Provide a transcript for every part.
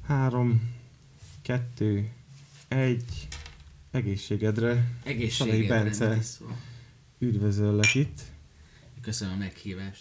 3, 2, 1, egészségedre. Salai Bence, üdvözöllek itt. Köszönöm a meghívást.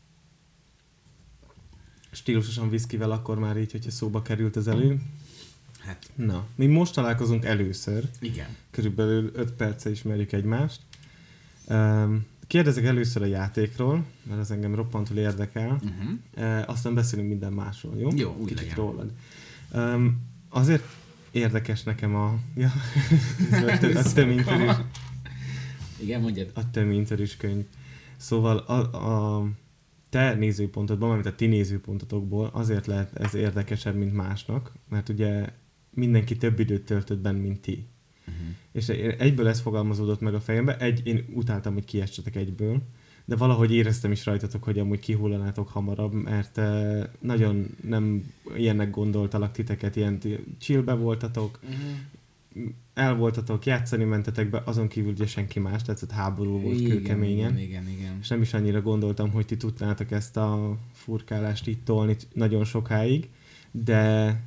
Stílusosan viszkivel akkor már így, hogyha szóba került az elő. Hát. Na, mi most találkozunk először. Igen. Körülbelül 5 perce ismerjük egymást. Kérdezek először a játékról, mert az engem roppantul érdekel. Aztán beszélünk minden másról, jó? Jó, úgy kicsit legyen. rólad. Azért érdekes nekem a töménytörős. Igen, mondjad. A töménytörős könyv. Szóval a te nézőpontodban, mármint a ti nézőpontotokból azért lehet ez érdekesebb, mint másnak, mert ugye mindenki több időt töltött benn, mint ti. És egyből ez fogalmazódott meg a fejembe. Én utáltam, hogy kiessetek egyből, de valahogy éreztem is rajtatok, hogy amúgy kihullanátok hamarabb, mert nagyon nem ilyennek gondoltalak titeket, ilyen chillbe voltatok, el voltatok, játszani mentetek be, azon kívül ugye senki más, tehát ott háború volt kőkeményen. Igen. És nem is annyira gondoltam, hogy ti tudnátok ezt a furkálást itt tolni nagyon sokáig, de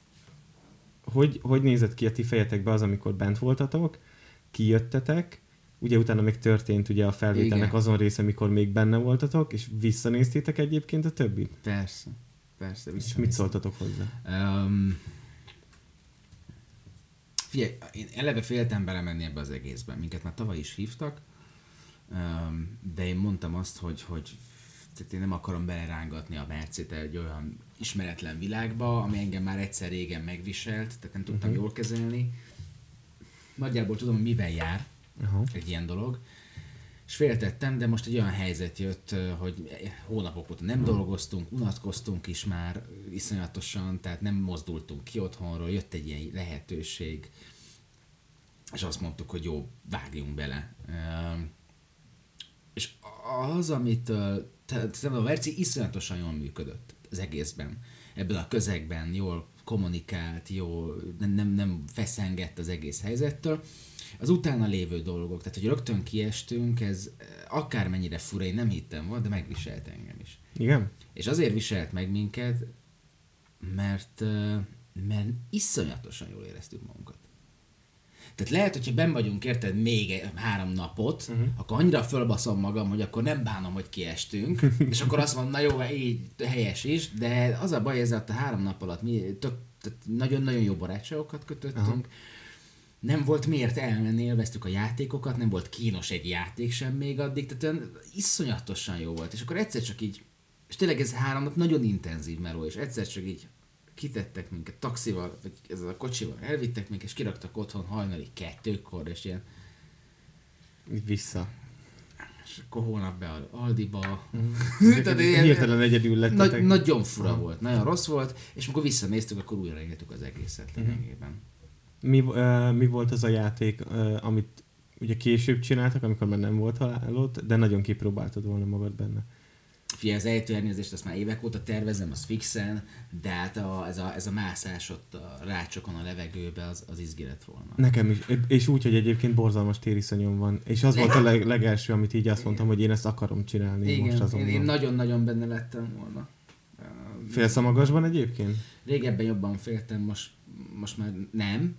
hogy nézett ki a ti fejetekbe az, amikor bent voltatok, kijöttetek, ugye utána még történt ugye a felvételnek azon része, amikor még benne voltatok, és visszanéztétek egyébként a többit? Persze. És mit szóltatok hozzá? Figyelj, én eleve féltem belemenni ebbe az egészben. Minket már tavaly is hívtak, de én mondtam azt, hogy tehát én nem akarom belerángatni a Mercét egy olyan ismeretlen világba, ami engem már egyszer régen megviselt, tehát nem tudtam jól kezelni. Nagyjából tudom, hogy mivel jár egy ilyen dolog. És féltettem, de most egy olyan helyzet jött, hogy hónapok óta nem dolgoztunk, unatkoztunk is már iszonyatosan, tehát nem mozdultunk ki otthonról, jött egy ilyen lehetőség, és azt mondtuk, hogy jó, vágjunk bele. És az, amitől tehát a Verci iszonyatosan jól működött az egészben. Ebben a közegben jól kommunikált, jól nem feszengett az egész helyzettől. Az utána lévő dolgok, tehát hogy rögtön kiestünk, ez akármennyire fura, én nem hittem volna, de megviselt engem is. Igen? És azért viselt meg minket, mert iszonyatosan jól éreztük magunkat. Tehát lehet, hogyha benn vagyunk, érted, még 3 napot, akkor annyira fölbaszom magam, hogy akkor nem bánom, hogy kiestünk, és akkor azt mondom, na jó, így helyes is, de az a baj, ez a 3 nap alatt mi nagyon-nagyon jó barátságokat kötöttünk, nem volt miért elmenni, élveztük a játékokat, nem volt kínos egy játék sem még addig, tehát olyan iszonyatosan jó volt, és akkor egyszer csak így, és tényleg ez 3 nap nagyon intenzív meló, és egyszer csak így kitettek minket taxival, vagy ezzel a kocsival, elvittek minket, és kiraktak otthon hajnali 2-kor, és ilyen... Vissza. És akkor holnap be Aldiba. Hirtelen egyedül lettetek. Nagyon fura volt, nagyon rossz volt, és amikor visszanéztük, akkor újra éltük az egészet lényegében. Mi volt az a játék, amit ugye később csináltak, amikor már nem volt halálod, de nagyon kipróbáltad volna magad benne? Figyelj, az ejtőernyőzést azt már évek óta tervezem, az fixen, de hát ez a mászás ott a rácsokon a levegőbe, az izgi lett volna. Nekem is, és úgy, hogy egyébként borzalmas tériszonyom van, és az volt a legelső, amit így azt mondtam, hogy én ezt akarom csinálni. Igen, most azonnal. Én nagyon-nagyon benne lettem volna. Félsz a magasban egyébként? Régebben jobban féltem, most már nem.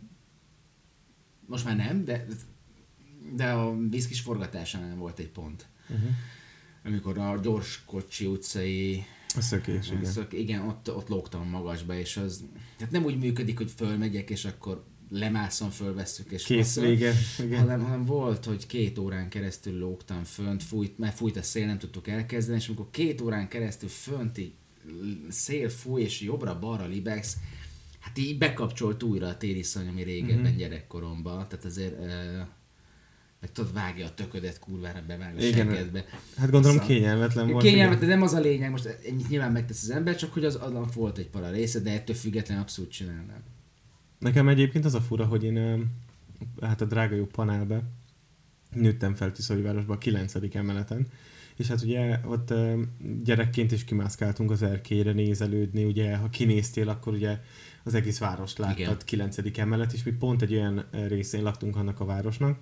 Most már nem, de a vízkis forgatásánál volt egy pont. Amikor a Gyorskocsi utcai... A szökés, igen. Igen, ott lógtam magasba, és az... Tehát nem úgy működik, hogy fölmegyek, és akkor lemászom, fölvesszük, és... Kész vége. Hanem volt, hogy 2 órán keresztül lógtam fönt, mert fújt a szél, nem tudtuk elkezdeni, és amikor 2 órán keresztül fönt így szél fúj, és jobbra-balra libegsz, hát így bekapcsolt újra a tériszony, ami régebben gyerekkoromban, tehát azért... meg tudod, vágja a töködet, kurvára bevág a seggedbe. Hát gondolom kényelmetlen volt. Kényelmetlen, de nem az a lényeg, most ennyit nyilván megtesz az ember, csak hogy az annak volt egy para része, de ettől függetlenül abszolút csinálnám. Nekem egyébként az a fura, hogy én hát a drága jó panelbe nőttem fel Tiszaújvárosban a 9. emeleten, és hát ugye ott gyerekként is kimászkáltunk az erkélyre nézelődni, ugye ha kinéztél, akkor ugye az egész várost láttad, 9. emelet, és mi pont egy olyan részén laktunk annak a városnak,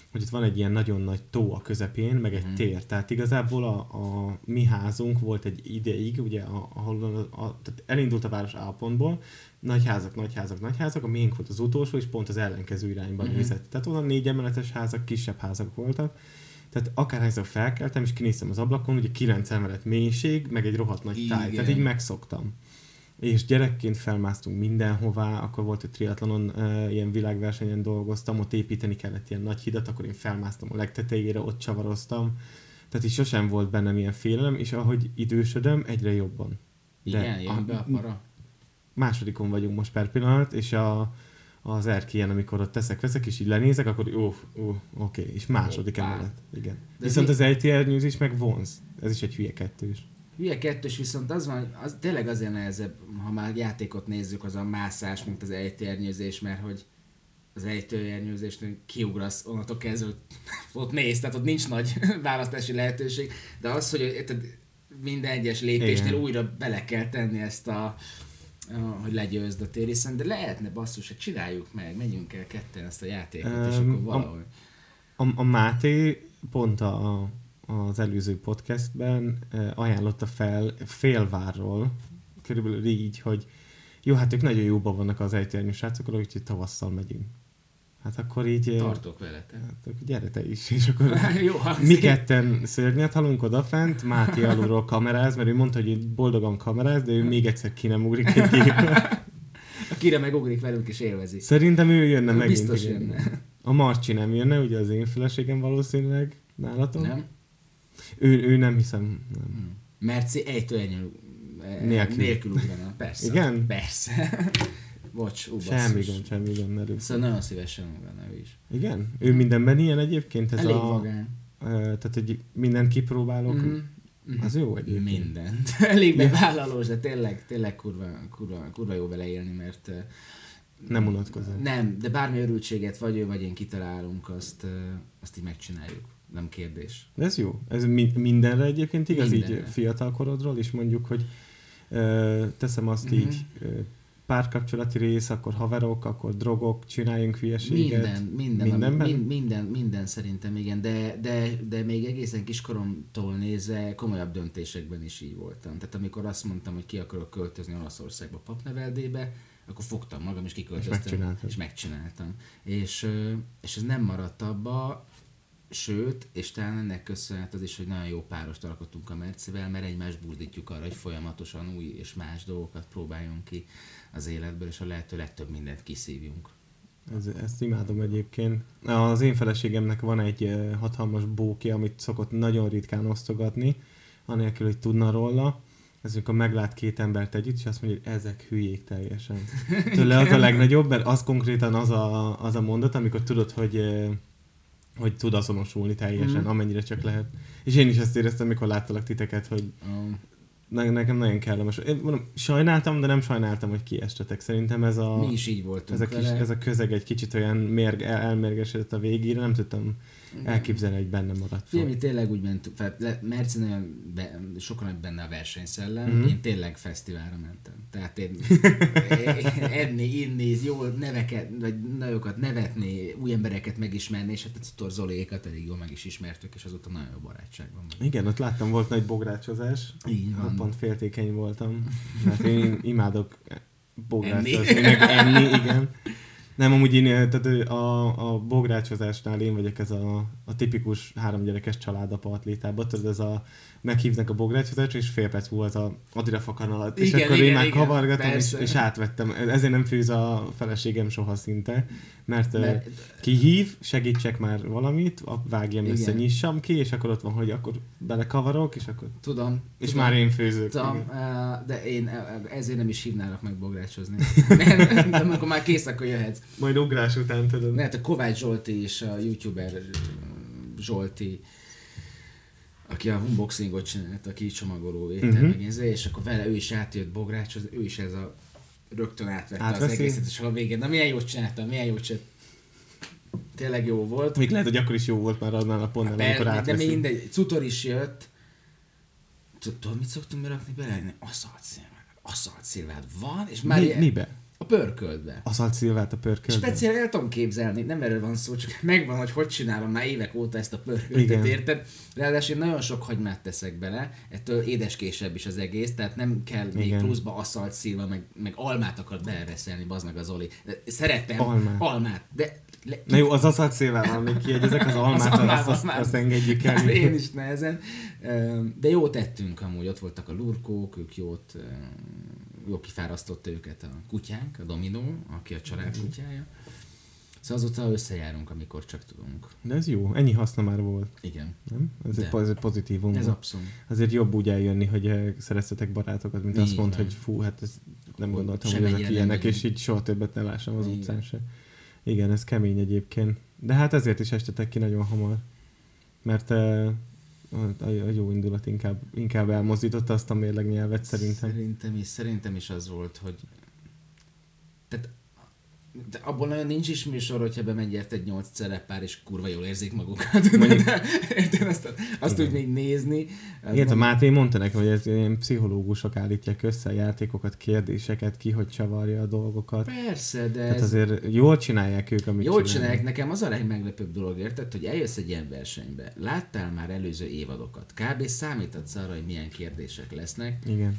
hogy itt van egy ilyen nagyon nagy tó a közepén, meg egy tér. Tehát igazából a mi házunk volt egy ideig, ugye, ahol tehát elindult a város A pontból, nagy házak, a miénk volt az utolsó, és pont az ellenkező irányban nézett. Tehát onnan 4 emeletes házak, kisebb házak voltak. Tehát akárhányszor felkeltem, és kinéztem az ablakon, ugye 9 emelet mélység, meg egy rohadt nagy táj. Tehát így megszoktam. És gyerekként felmásztunk mindenhová, akkor volt, hogy triatlonon ilyen világversenyen dolgoztam, ott építeni kellett ilyen nagy hidat, akkor én felmásztam a legtetejére, ott csavaroztam. Tehát így sosem volt bennem ilyen félelem, és ahogy idősödöm, egyre jobban. Igen, jön be a para. Másodikon vagyunk most per pillanat, és az erkélyen, amikor ott veszek, és így lenézek, akkor oké, és második emelet. Igen. De viszont az ejtőernyőzés meg vonz. Ez is egy hülye kettős. Hülye kettős, viszont az van, az tényleg azért nehezebb, ha már játékot nézzük, az a mászás, mint az ejtőernyőzés, mert hogy az ejtőernyőzésnél kiugrasz, onnantól kezdve ott néz, tehát ott nincs nagy választási lehetőség, de az, hogy minden egyes lépésnél újra bele kell tenni ezt hogy legyőzd a térészen, de lehetne basszus, hogy csináljuk meg, menjünk el ketten ezt a játékot, és akkor valahogy. A Máté pont az előző podcastben ajánlotta fel Félvárról, körülbelül így, hogy jó, hát ők nagyon jóban vannak az ejtőernyő srácokkal, úgyhogy tavasszal megyünk. Hát akkor így... Tartok vele, te. Hát akkor gyere te is, és akkor jó, mi ketten szörnyet halunk odafent, Máté alulról kameráz, mert ő mondta, hogy ő boldogan kameráz, de ő még egyszer ki nem ugrik egy gépre. Akire megugrik velünk és élvezi. Szerintem ő jönne megint. Biztos jönne. A Marcsi nem jönne, ugye az én feleségem valószínűleg nálatok. Nem? Ő nem hiszem. Nem. Merci ejtőernyő nélkül ugrana. Persze. Igen? Persze. Bocs, semmi gond, merül. Szóval nagyon szívesen ugrana ő is. Igen? Ő mindenben ilyen egyébként? Ez elég vagány. Tehát, hogy mindent kipróbálok. Az jó egyébként. Mindent. Elég bevállalós, de tényleg kurva jó vele élni, mert... Nem unatkozom. Nem, de bármi örültséget vagy ő, vagy én kitalálunk, azt így megcsináljuk. Nem kérdés. De ez jó. Ez mindenre egyébként igaz, mindenre. Így fiatal korodról is mondjuk, hogy teszem azt így párkapcsolati rész, akkor haverok, akkor drogok, csináljunk hülyeséget. Minden szerintem, igen, de még egészen kiskoromtól nézve komolyabb döntésekben is így voltam. Tehát amikor azt mondtam, hogy ki akarok költözni Olaszországba papneveldébe, akkor fogtam magam, és kiköltöztem, és megcsináltam. És ez nem maradt abba, sőt, és talán ennek köszönhet az is, hogy nagyon jó párost alkottunk a Mercivel, mert egymást buzdítjuk arra, hogy folyamatosan új és más dolgokat próbáljunk ki az életből, és a lehető legtöbb mindent kiszívjunk. Ezt imádom egyébként. Az én feleségemnek van egy hatalmas bókja, amit szokott nagyon ritkán osztogatni, anélkül, hogy tudna róla. Ez amikor meglát 2 embert együtt, és azt mondja, hogy ezek hülyék teljesen. Tőle az a legnagyobb, mert az konkrétan az a mondat, amikor tudod, hogy tud azonosulni teljesen, amennyire csak lehet. És én is ezt éreztem, amikor láttalak titeket, hogy nekem nagyon kellemes. Én mondom, sajnáltam, de nem sajnáltam, hogy kiestetek. Szerintem mi is így voltunk ez a közeg egy kicsit olyan elmérgesedett a végére, nem tudtam elképzelni, hogy benne maradt. Figyelj, tényleg úgy mentünk, Merci nagyon sokan benne a versenyszellem, én tényleg fesztiválra mentem. Tehát én enni, inni, jó neveket, vagy nagyokat nevetni, új embereket megismerni, és hát a Cutor Zolékat elég jól meg is ismertük, és azóta nagyon jó barátságban vagyunk. Igen, ott láttam, volt nagy bográcsozás. Így van. Pont féltékeny voltam. Hát én imádok bográcsozni, meg enni, igen. Nem, amúgy én, tehát a bográcsozásnál én vagyok ez a tipikus 3 gyerekes családapa atlétában, tudod, ez meghívnak a bográcsozásra, és fél perc múlva az Adira fakanalat, és akkor én már kavargatom, és átvettem. Ezért nem főz a feleségem soha szinte, mert kihív, segítsek már valamit, vágjam össze, nyissam ki, és akkor ott van, hogy akkor belekavarok, és akkor... Tudom. Már én főzök. Tudom, de én ezért nem is hívnálak meg bográcsozni. Nem, akkor már kész, akkor jöhetsz. Majd ugrás után tudod. Mert a Kovács Zsolti és a youtuber Zsolti, aki a unboxingot csinált, aki csomagoló étel és akkor vele ő is átjött bográcsozni, ő is rögtön átvette az egészet, és a végén, na milyen jót csináltam. Tényleg jó volt. Még lehet, hogy akkor is jó volt már annál a pontnál, amikor átveszik. De mindegy, Cutor is jött. Tudod, mit szoktunk mi rakni bele? Aszalt szilvád van, és már Mibe? A pörköltbe. Aszalt szilvát a pörköltbe? Speciál el tudom képzelni, nem erről van szó, csak megvan, hogy csinálom már évek óta ezt a pörköltet, érted? Ráadásul én nagyon sok hagymát teszek bele, ettől édeskésebb is az egész, tehát nem kell még pluszba aszalt szilva, meg almát akar belereszelni, bazd meg az Oli. Szeretem almát, de... Na jó, az aszalt szilvával még kiegyezek, az almát azt engedjük el. Én is nehezen. De jót tettünk amúgy, ott voltak a lurkók, ők jó kifárasztotta őket a kutyánk, a Dominó, aki a család kutyája. Szóval azóta összejárunk, amikor csak tudunk. De ez jó, ennyi haszna már volt. Igen. Nem? Ez egy pozitívum. Ez abszolút. Azért jobb úgy eljönni, hogy szereztetek barátokat, mint azt mondd, hogy fú, hát ez nem gondoltam, hogy ezek ilyenek, és így soha többet ne lássam az utcán se. Igen, ez kemény egyébként. De hát ezért is estetek ki nagyon hamar. Mert a jó indulat inkább elmozdította azt a mérleg nyelvet szerintem. Szerintem is az volt, hogy... Tehát de abból nagyon nincs is műsor, hogyha bemegy érte egy 8 szereppár, és kurva jól érzik magukat. Érted azt úgy még nézni. Igen, a Máté mondta nekem, hogy ez ilyen pszichológusok állítják össze a játékokat, kérdéseket, ki hogy csavarja a dolgokat. Persze, de hát azért jól csinálják ők, amit jól csinálják. Nekem az a legmeglepőbb dolog, érted, hogy eljössz egy ilyen versenybe, láttál már előző évadokat, kb. Számítatsz arra, hogy milyen kérdések lesznek. Igen.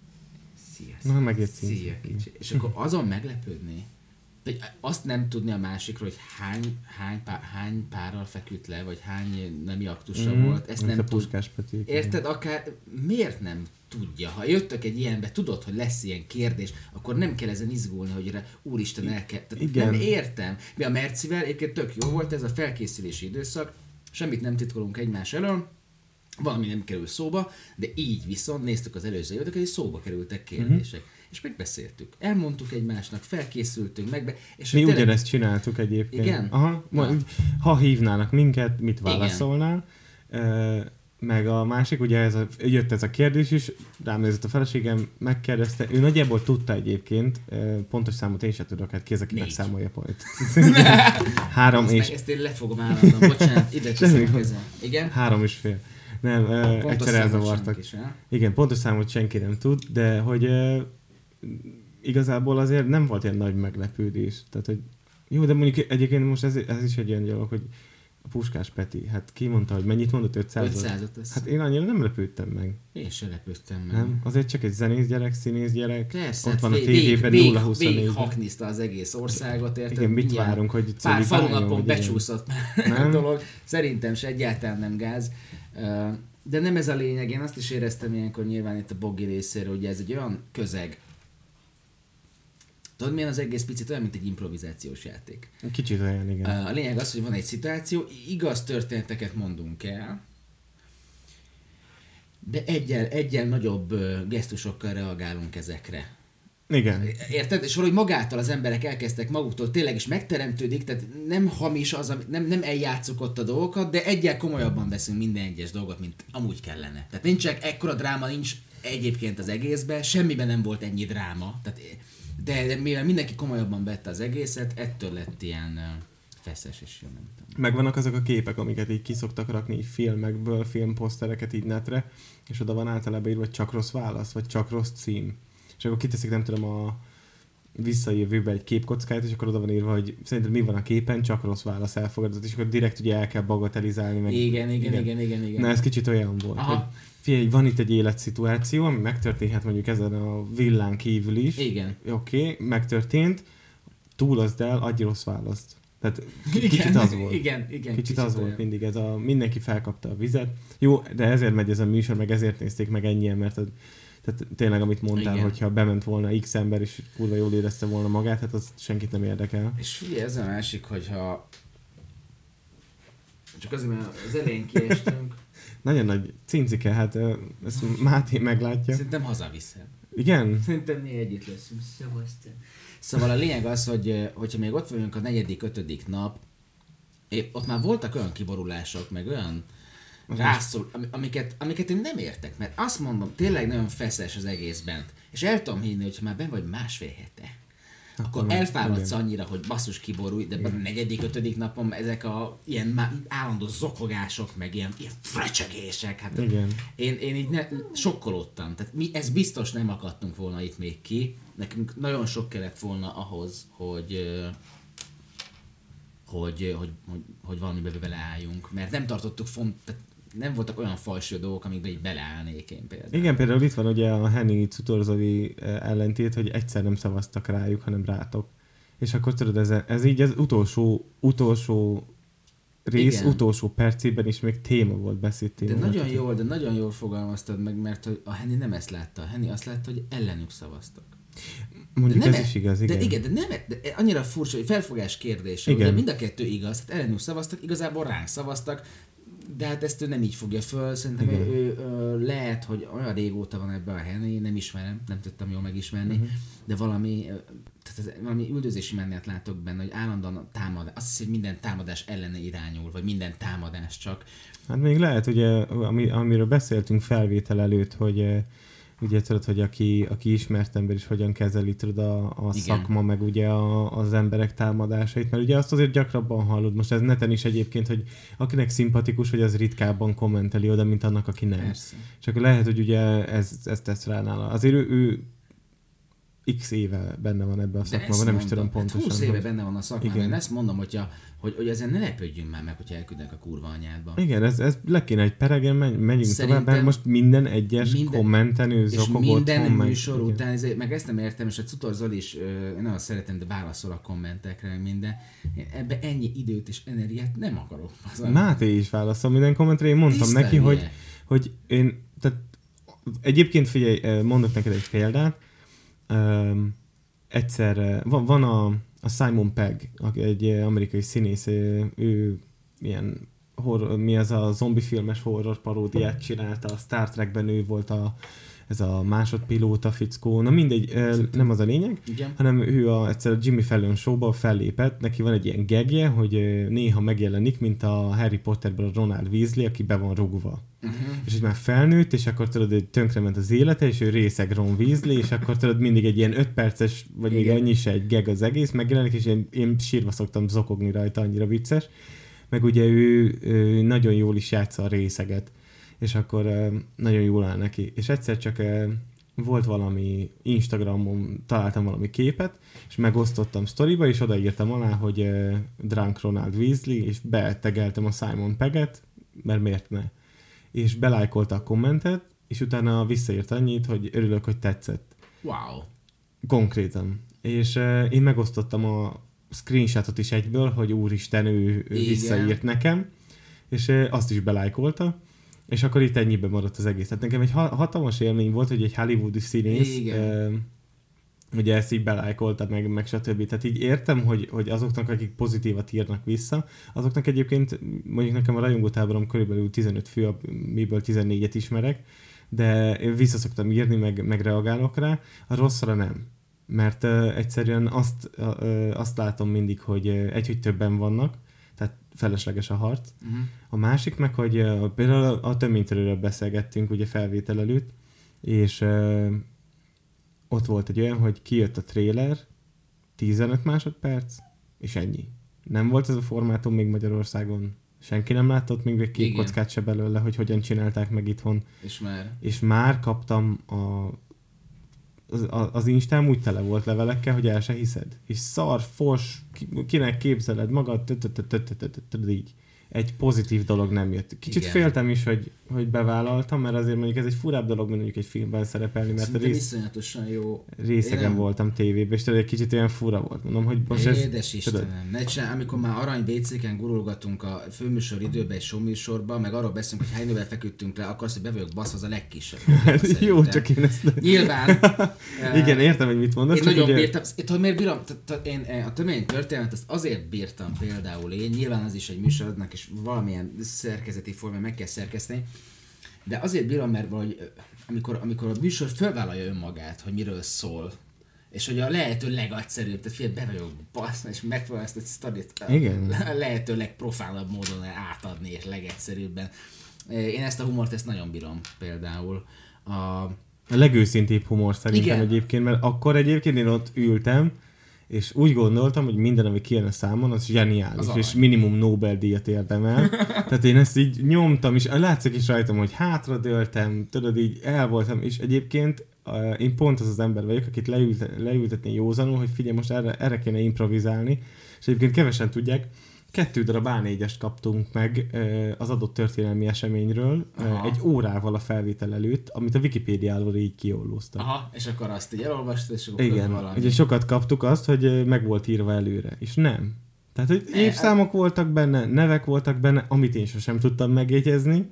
Szia, kicsi. És akkor azon meglepődni, hogy azt nem tudni a másikról, hogy hány párral feküdt le, vagy hány nemi aktusa volt, ezt nem tud. Érted? Akár miért nem tudja? Ha jöttök egy ilyenbe, tudod, hogy lesz ilyen kérdés, akkor nem kell ezen izgulni, hogy úristen el kell. Nem értem. Mi a Mercivel egyébként tök jó volt ez a felkészülési időszak, semmit nem titkolunk egymás elől, valami nem kerül szóba, de így viszont néztük az előző évadokat, és szóba kerültek kérdések. És megbeszéltük. Elmondtuk egymásnak, felkészültünk, és mi ugyanezt csináltuk egyébként. Igen? Aha, ha hívnának minket, mit válaszolnál? Meg a másik, ugye jött ez a kérdés is, rám nézett a feleségem, megkérdezte, ő nagyjából tudta egyébként, pontos számot én sem tudok, hát ki az, aki megszámolja pont. 3 és... Ezt én le fogom állandom, bocsánat, ide cseszem a kezem. Igen? 3,5. Nem, egyszer elzavartak. Igen, pontos számot senki nem tud, de hogy igazából azért nem volt ilyen nagy meglepődés. Tehát, hogy jó, de mondjuk egyébként most ez is egy olyan dolog, hogy a Puskás Peti, hát ki mondta, hogy mennyit mondott? 500-ot? Hát én annyira nem lepődtem meg. Én sem lepődtem meg. Nem? Azért csak egy zenész gyerek, színész gyerek. Persze, ott van a tévében 0-24. Végig hakniszta az egész országot, érted? Igen, mit várunk, hogy pár falunapon becsúszott már a dolog. Szerintem se egyáltalán nem gáz. De nem ez a lényeg. Én azt is éreztem ilyenkor nyilván itt a Boggi részéről, hogy ez egy olyan közeg. Tudod, milyen az egész picit olyan, mint egy improvizációs játék. Kicsit olyan, igen. A lényeg az, hogy van egy szituáció, igaz történeteket mondunk el, de egyel nagyobb gesztusokkal reagálunk ezekre. Igen. Érted? És valahogy magától az emberek elkezdtek maguktól, tényleg is megteremtődik, tehát nem hamis az, nem eljátszuk ott a dolgokat, de egyel komolyabban veszünk minden egyes dolgot, mint amúgy kellene. Tehát nincs ekkora dráma, nincs egyébként az egészben, semmiben nem volt ennyi dráma. Tehát, de mivel mindenki komolyabban vette az egészet, ettől lett ilyen feszes és jó, nem tudom. Megvannak azok a képek, amiket így kiszoktak rakni filmekből, filmposztereket így netre, és oda van általában írva, hogy csak rossz válasz, vagy csak rossz cím. És akkor kiteszik, nem tudom, a visszajövőbe egy képkockát, és akkor oda van írva, hogy szerintem mi van a képen, csak rossz válasz elfogadott, és akkor direkt ugye el kell bagatelizálni. Meg, igen. Na ez kicsit olyan volt, hogy figyelj, van itt egy életszituáció, ami megtörténhet mondjuk ezen a villán kívül is. Igen. Oké, megtörtént, túlozd el, adj rossz választ. Tehát kicsit az volt. Igen. Kicsit az volt mindig, ez mindenki felkapta a vizet. Jó, de ezért megy ez a műsor, meg ezért nézték meg ennyien, mert tehát tényleg, amit mondtál, igen, hogyha bement volna X ember, és kurva jól érezte volna magát, hát az senkit nem érdekel. És figyelj, ez a másik, hogyha csak azért, mert az elején kiestünk. Nagyon nagy cincike, hát ezt Máté meglátja. Szerintem hazaviszem. Igen? Szerintem mi együtt leszünk. Szóval a lényeg az, hogyha még ott vagyunk a 4.-5. nap, ott már voltak olyan kiborulások, meg olyan rászól, amiket én nem értek, mert azt mondom, tényleg nagyon feszes az egész bent. És el tudom hinni, hogyha már benn vagy 1,5 hete, akkor elfáradsz annyira, hogy basszus kiborulj, de a 4.-5. napon ezek a ilyen állandó zokogások, meg ilyen frecsegések, hát igen. Én így sokkolódtam. Tehát mi ezt biztos nem akadtunk volna itt még ki. Nekünk nagyon sok kellett volna ahhoz, hogy valamibe beleálljunk. Mert nem tartottuk tehát nem voltak olyan fajső dolgok, amikbe így beleállnék én például. Igen, például itt van ugye a Henny Cutorzoli ellentét, hogy egyszer nem szavaztak rájuk, hanem rátok. És akkor tudod, ez így az utolsó rész, igen. Utolsó percében is még téma volt, beszélt téma. De nagyon jól fogalmaztad meg, mert a Henny nem ezt látta. A Henny azt látta, hogy ellenük szavaztak. Mondjuk ez is igaz, igen. De igen, de annyira furcsa, hogy felfogás kérdése, de mind a kettő igaz, hát ellenük szavaztak, igazából ránk szavaztak, de hát ezt ő nem így fogja föl, szerintem ő lehet, hogy olyan régóta van ebben a Henny, nem ismerem, nem tudtam jól megismerni, de valami üldözési mennet látok benne, hogy állandóan támadás, azt hiszem, hogy minden támadás ellene irányul, vagy minden támadás csak. Hát még lehet, ugye, amiről beszéltünk felvétel előtt, hogy ugye tudod, hogy aki ismert ember is hogyan kezeli, tudod, a szakma, meg ugye az emberek támadásait, mert ugye azt azért gyakrabban hallod, most ez neten is egyébként, hogy akinek szimpatikus, hogy az ritkábban kommenteli oda, mint annak, aki nem. Persze. És akkor lehet, hogy ugye ez tesz rá nála. Azért ő x éve benne van ebben a szakmában, nem is tudom pontosan. 20 éve benne van a szakmában, én ezt mondom, hogy ezen ne lepődjünk már meg, hogyha elküldnek a kurva anyádba. Igen, ez le kéne egy peregen, menjünk tovább, mert most minden egyes kommenten ő zokogott. És minden műsor után, meg ezt nem értem, és a Cutor Zoli is, én nagyon szeretem, de válaszol a kommentekre, meg minden. Én ebbe ennyi időt és energiát nem akarok. Máté is válaszol minden kommentre, én mondtam neki, hogy én, tehát egyébként figyelj, mondok neked egy példát, egyszer van a Simon Pegg, egy amerikai színész, ő ilyen mi az a zombifilmes horror paródiát csinálta, a Star Trekben ő volt ez a másodpilóta fickó, na mindegy, nem az a lényeg, igen. Hanem ő egyszer a Jimmy Fallon showban fellépett, neki van egy ilyen gegje, hogy néha megjelenik, mint a Harry Potterben a Ronald Weasley, aki be van rugva. És hogy már felnőtt, és akkor tudod, hogy tönkrement az élete, és ő részeg Ron Weasley, és akkor tudod, mindig egy ilyen 5 perces, vagy még annyi se egy geg az egész megjelenik, és én sírva szoktam zokogni rajta, annyira vicces. Meg ugye ő nagyon jól is játsza a részeget, és akkor nagyon jól áll neki. És egyszer csak volt valami Instagramon, találtam valami képet, és megosztottam sztoriba, és odaírtam alá, hogy Drunk Ronald Weasley, és betegeltem a Simon Pegget, mert miért ne. És belájkolta a kommentet, és utána visszaírt annyit, hogy örülök, hogy tetszett. Wow. Konkrétan. És én megosztottam a screenshotot is egyből, hogy úristen, ő visszaírt nekem, és azt is belájkolta, és akkor itt ennyiben maradt az egész. Tehát nekem egy hatalmas élmény volt, hogy egy hollywoodi színész ugye ezt így belájkolta, meg stb. Tehát így értem, hogy azoknak, akik pozitívat írnak vissza, azoknak egyébként mondjuk nekem a rajongótáborom körülbelül 15 fő, miből 14-et ismerek, de én vissza szoktam írni, meg reagálok rá, a rosszra nem. Mert egyszerűen azt látom mindig, hogy többen vannak, tehát felesleges a harc. A másik meg, hogy például a töménytörőről beszélgettünk ugye felvétel előtt, és ott volt egy olyan, hogy kijött a trailer, 15 másodperc, és ennyi. Nem volt ez a formátum még Senki nem látta ott még két kockát se belőle, hogy hogyan csinálták meg itthon. És már kaptam az Instám úgy tele volt levelekkel, hogy el se hiszed. És szar, fos, kinek képzeled magad, így. Egy pozitív dolog nem jött. Kicsit féltem is, hogy bevállaltam, mert azért mondjuk ez egy furább dolog, mint mondjuk egy filmben szerepelni, mert a iszonyatosan jó. Részegen voltam tévében, és tudod, egy kicsit olyan fura volt. Mondom, hogy most édes Istenem, ne csinál, amikor már arany WC-ken gurulgatunk a főműsor időben egy showműsorban, meg arról beszélünk, hogy hány nővel feküdtünk le, akarsz, hogy be vagyok baszva, az a legkisebb. Jó, csak én ezt... Nyilván. Igen, értem, hogy mit mondasz. Én nagyon bírtam. Tudod, miért bírom? Én a tömény történet azt azért bírtam például én, nyilván az is egy műsorodnak, és valamilyen szerkezeti formán meg kell szerkeszteni, de azért bírom, mert vagy, amikor a műsor felvállalja önmagát, hogy miről szól, és hogy a lehető legegyszerűbb, tehát figyelj, be vagyok basszni, és megpróbálom ezt a sztorit a lehető legprofánabb módon átadni, és legegyszerűbben. Én ezt a humort, ezt nagyon bírom például. A legőszintébb humor szerintem egyébként, mert akkor egyébként én ott ültem, és úgy gondoltam, hogy minden, ami kijön a számon, az zseniális, és minimum Nobel-díjat érdemel. Tehát én ezt így nyomtam, és látszik is rajtam, hogy hátradőltem, tudod, így el voltam, és egyébként én pont az ember vagyok, akit leültetni józanul, hogy figyelj, most erre kéne improvizálni, és egyébként kevesen tudják, 2 darab A4-est kaptunk meg az adott történelmi eseményről egy órával a felvétel előtt, amit a Wikipédiáról így kiollóztak. Aha, és akkor azt így elolvastad, és akkor igen, valami. Ugye sokat kaptuk azt, hogy meg volt írva előre, és nem. Tehát, hogy évszámok voltak benne, nevek voltak benne, amit én sosem tudtam megjegyezni.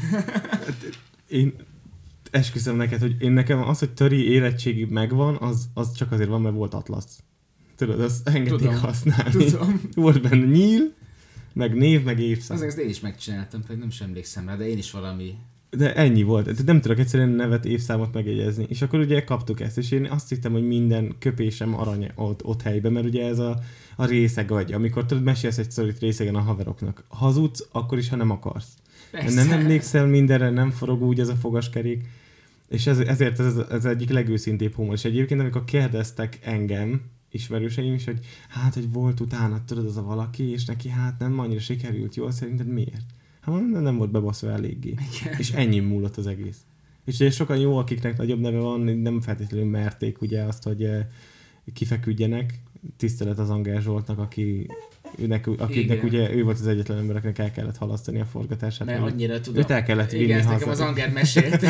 Én esküszöm neked, hogy én nekem az, hogy töri érettségi megvan, az csak azért van, mert volt atlasz. Tudod, azt engedik használni. Tudom. Volt benne nyíl, meg név, meg évszám. Azért én is megcsináltam, pedig nem sem emlékszem rá, de én is valami... De ennyi volt. Nem tudok egyszerűen nevet, évszámot megjegyezni. És akkor ugye kaptuk ezt, és én azt hittem, hogy minden köpésem arany ott helyben, mert ugye ez a részeg vagy, amikor tudod, mesélsz egy sztorit részegen a haveroknak. Hazudsz, akkor is, ha nem akarsz. Persze. Nem emlékszel mindenre, nem forog úgy ez a fogaskerék. És ezért ez egyik legőszintébb humor. És egyébként, amikor kérdeztek engem, ismerőseim is, hogy hogy volt utána, tudod, az a valaki, és neki nem annyira sikerült jól, szerinted miért? Nem volt bebaszva eléggé. Igen. És ennyi múlott az egész. És ugye sokan jó, akiknek nagyobb neve van, nem feltétlenül merték ugye azt, hogy kifeküdjenek. Tisztelet az Anger Zsoltnak, akinek ugye ő volt az egyetlen ember, akinek el kellett halasztani a forgatását. Mert annyira tudom. Őt el kellett vinni haza. Igen, nekem az Anger mesélt.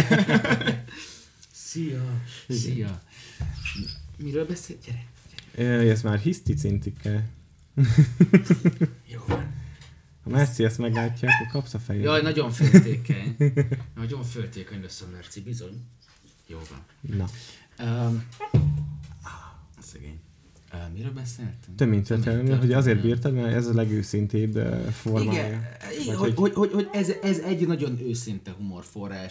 Szia! Miről beszél? Gyere. Ez már hiszticintikkel. Jó van. Ha Merci ezt meglátja, akkor kapsz a fejét. Jaj, nagyon féltékeny. Nagyon féltékeny lesz a Merci, bizony. Jó van. Na. Szegény. Miről beszéltünk? Több mint hogy azért bírtad, mert ez a legőszintébb formája. Igen, hogy ez egy nagyon őszinte humorforrás,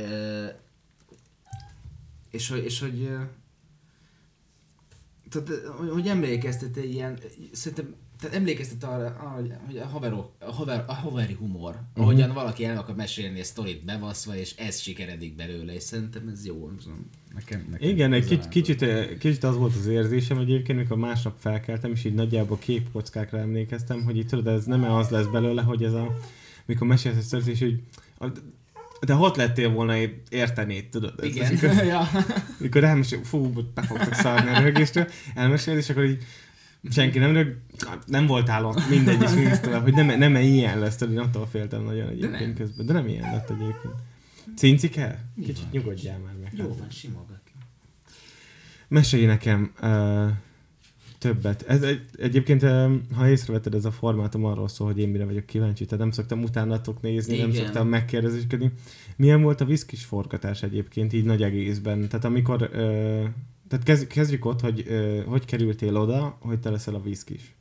és hogy tehát, hogy emlékeztet egy ilyen, szerintem, tehát emlékeztet arra, hogy a haveri humor, ahogyan valaki el akar mesélni a sztorit bevaszva, és ez sikeredik belőle, és szerintem ez jó. Nekem igen, egy kicsit az volt az érzésem egyébként, amikor másnap felkeltem, és így nagyjából képkockákra emlékeztem, hogy itt tudod, ez nem az lesz belőle, hogy ez mikor mesélsz egy sztorit, és hogy de ott lettél volna érteni, tudod? Igen. Mikor elmesél, be fogtok szarni a röhögéstől, elmesél, és akkor így senki nem voltál ott, mindegy, és mindez tovább, hogy nem ilyen lesz, tudod, én attól féltem nagyon egyébként közben, de nem ilyen lett egyébként. Cincik el? Kicsit nyugodjál már meg. Jó van, simogat. Mesélj nekem többet. Egyébként, ha észrevetted, ez a formátum arról szól, hogy én mire vagyok kíváncsi, tehát nem szoktam utánatok nézni, igen. Nem szoktam megkérdezéskedni. Milyen volt a viszkis forgatás egyébként, így nagy egészben? Tehát amikor, tehát kezdjük ott, hogy kerültél oda, hogy te leszel a viszkis?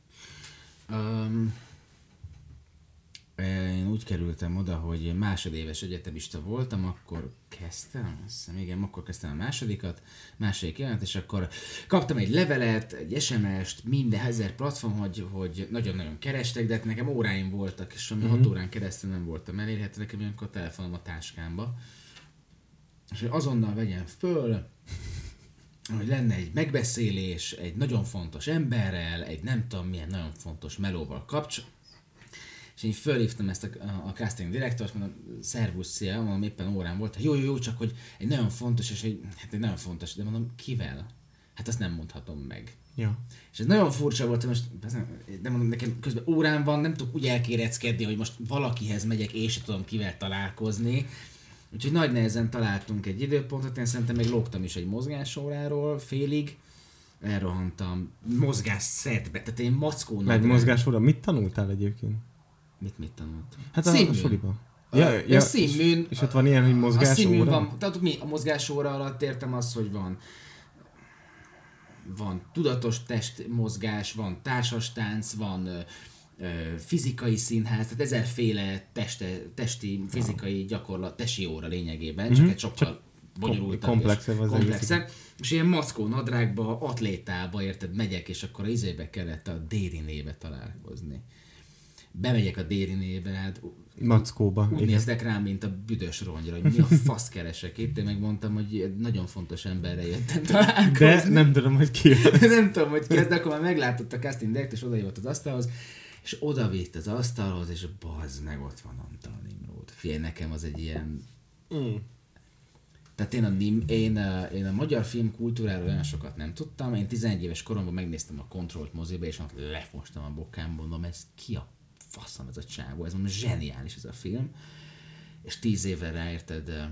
Én úgy kerültem oda, hogy másodéves egyetemista voltam, akkor kezdtem a második évet, és akkor kaptam egy levelet, egy SMS-t, minden 1000 platform, hogy nagyon-nagyon kerestek, de nekem óráim voltak, és ami 6 órán keresztül nem voltam elérhető, nekem ilyenkor a telefonom a táskámba. És hogy azonnal vegyem föl, hogy lenne egy megbeszélés, egy nagyon fontos emberrel, egy nem tudom milyen nagyon fontos melóval kapcsolatban. És én fölhívtam ezt a casting direktort, mondom, szervusz, szia, mondom, éppen órán volt, jó, csak hogy egy nagyon fontos, és egy nagyon fontos, de mondom, kivel? Hát azt nem mondhatom meg. Ja. És ez nagyon furcsa volt, most, de mondom, nekem közben órán van, nem tudok úgy elkéreckedni, hogy most valakihez megyek, és se tudom kivel találkozni. Úgyhogy nagy nehezen találtunk egy időpontot, én szerintem még lógtam is egy mozgásóráról félig, elrohantam mozgásszedbe, tehát én mackónak. Egy mozgásóra, mit tanultál egyébként? Mit tanultam? Hát a suliban. A színműn. És ott van ilyen, hogy mozgásóra? A színműn van, tehát mi a mozgásóra alatt értem azt, hogy van tudatos testmozgás, van társastánc, van fizikai színház, tehát 1000-féle testi fizikai gyakorlat, tesi óra lényegében, csak egy sokkal bonyolultabb komplexebb. És ilyen maszkó nadrágba, atlétába, érted, megyek, és akkor az izébe kellett a Déri néve találkozni. bemegyek a Dérinébe, hát Mackóba. úgy néztek rám, mint a büdös rongyra, hogy mi a fasz keresek itt. Én megmondtam, hogy nagyon fontos emberre jöttem találkozni. De nem tudom, hogy ki az. Nem tudom, hogy ki az, de akkor már meglátott a casting direct, és odajött az asztalhoz, és odavitt az asztalhoz, és bazd meg, ott van Antal Nimród. Figyelj, nekem az egy ilyen... Tehát én a magyar filmkultúráról olyan sokat nem tudtam. Én 11 éves koromban megnéztem a Controlt moziba, és ott lefostam a bokám, mondom, ez ki a faszom ez a csávó, ez mondom, zseniális ez a film. És 10 évre rá, érted,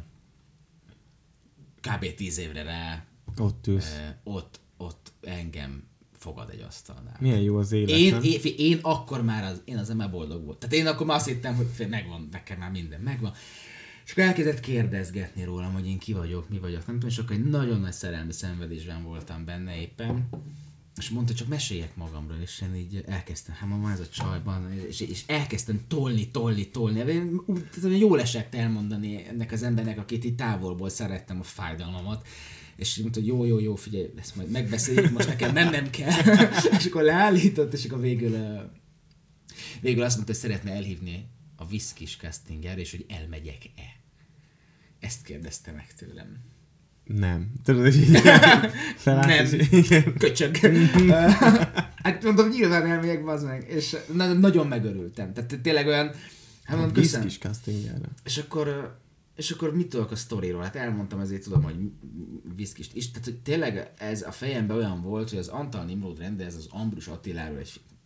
kb. 10 évre rá Ott ülsz. Ott engem fogad egy asztalnál. Milyen jó az élet, Én akkor már én az ember boldog volt. Tehát én akkor már azt hittem, hogy megvan, nekem már minden megvan. És akkor elkezdett kérdezgetni rólam, hogy én ki vagyok, mi vagyok, nem tudom, és akkor egy nagyon nagy szerelmi szenvedésben voltam benne éppen, és mondta, csak meséljek magamról, és én így elkezdtem, hát ma ez a csajban, és elkezdtem tolni. Jól esett elmondani ennek az embernek, akit itt távolból szerettem a fájdalmamat, és mondta, hogy jó, figyelj, ezt majd megbeszéljük, most nekem mennem kell. És akkor leállított, és akkor végül azt mondta, hogy szeretne elhívni a Viszkis castingjára, és hogy elmegyek-e. Ezt kérdezte meg tőlem. Nem. Tudod, és így nem. Köcsög. Hát mondom, nyilván elmegyek, bazd meg. És nagyon megörültem. Tehát tényleg olyan... Hát mondom, Viszkis castingjára. És akkor mit tudok a sztoriról? Hát elmondtam, ezért tudom, hogy Viszkist is. Tehát hogy tényleg ez a fejemben olyan volt, hogy az Antal Nimród rendez az Ambrus Attiláról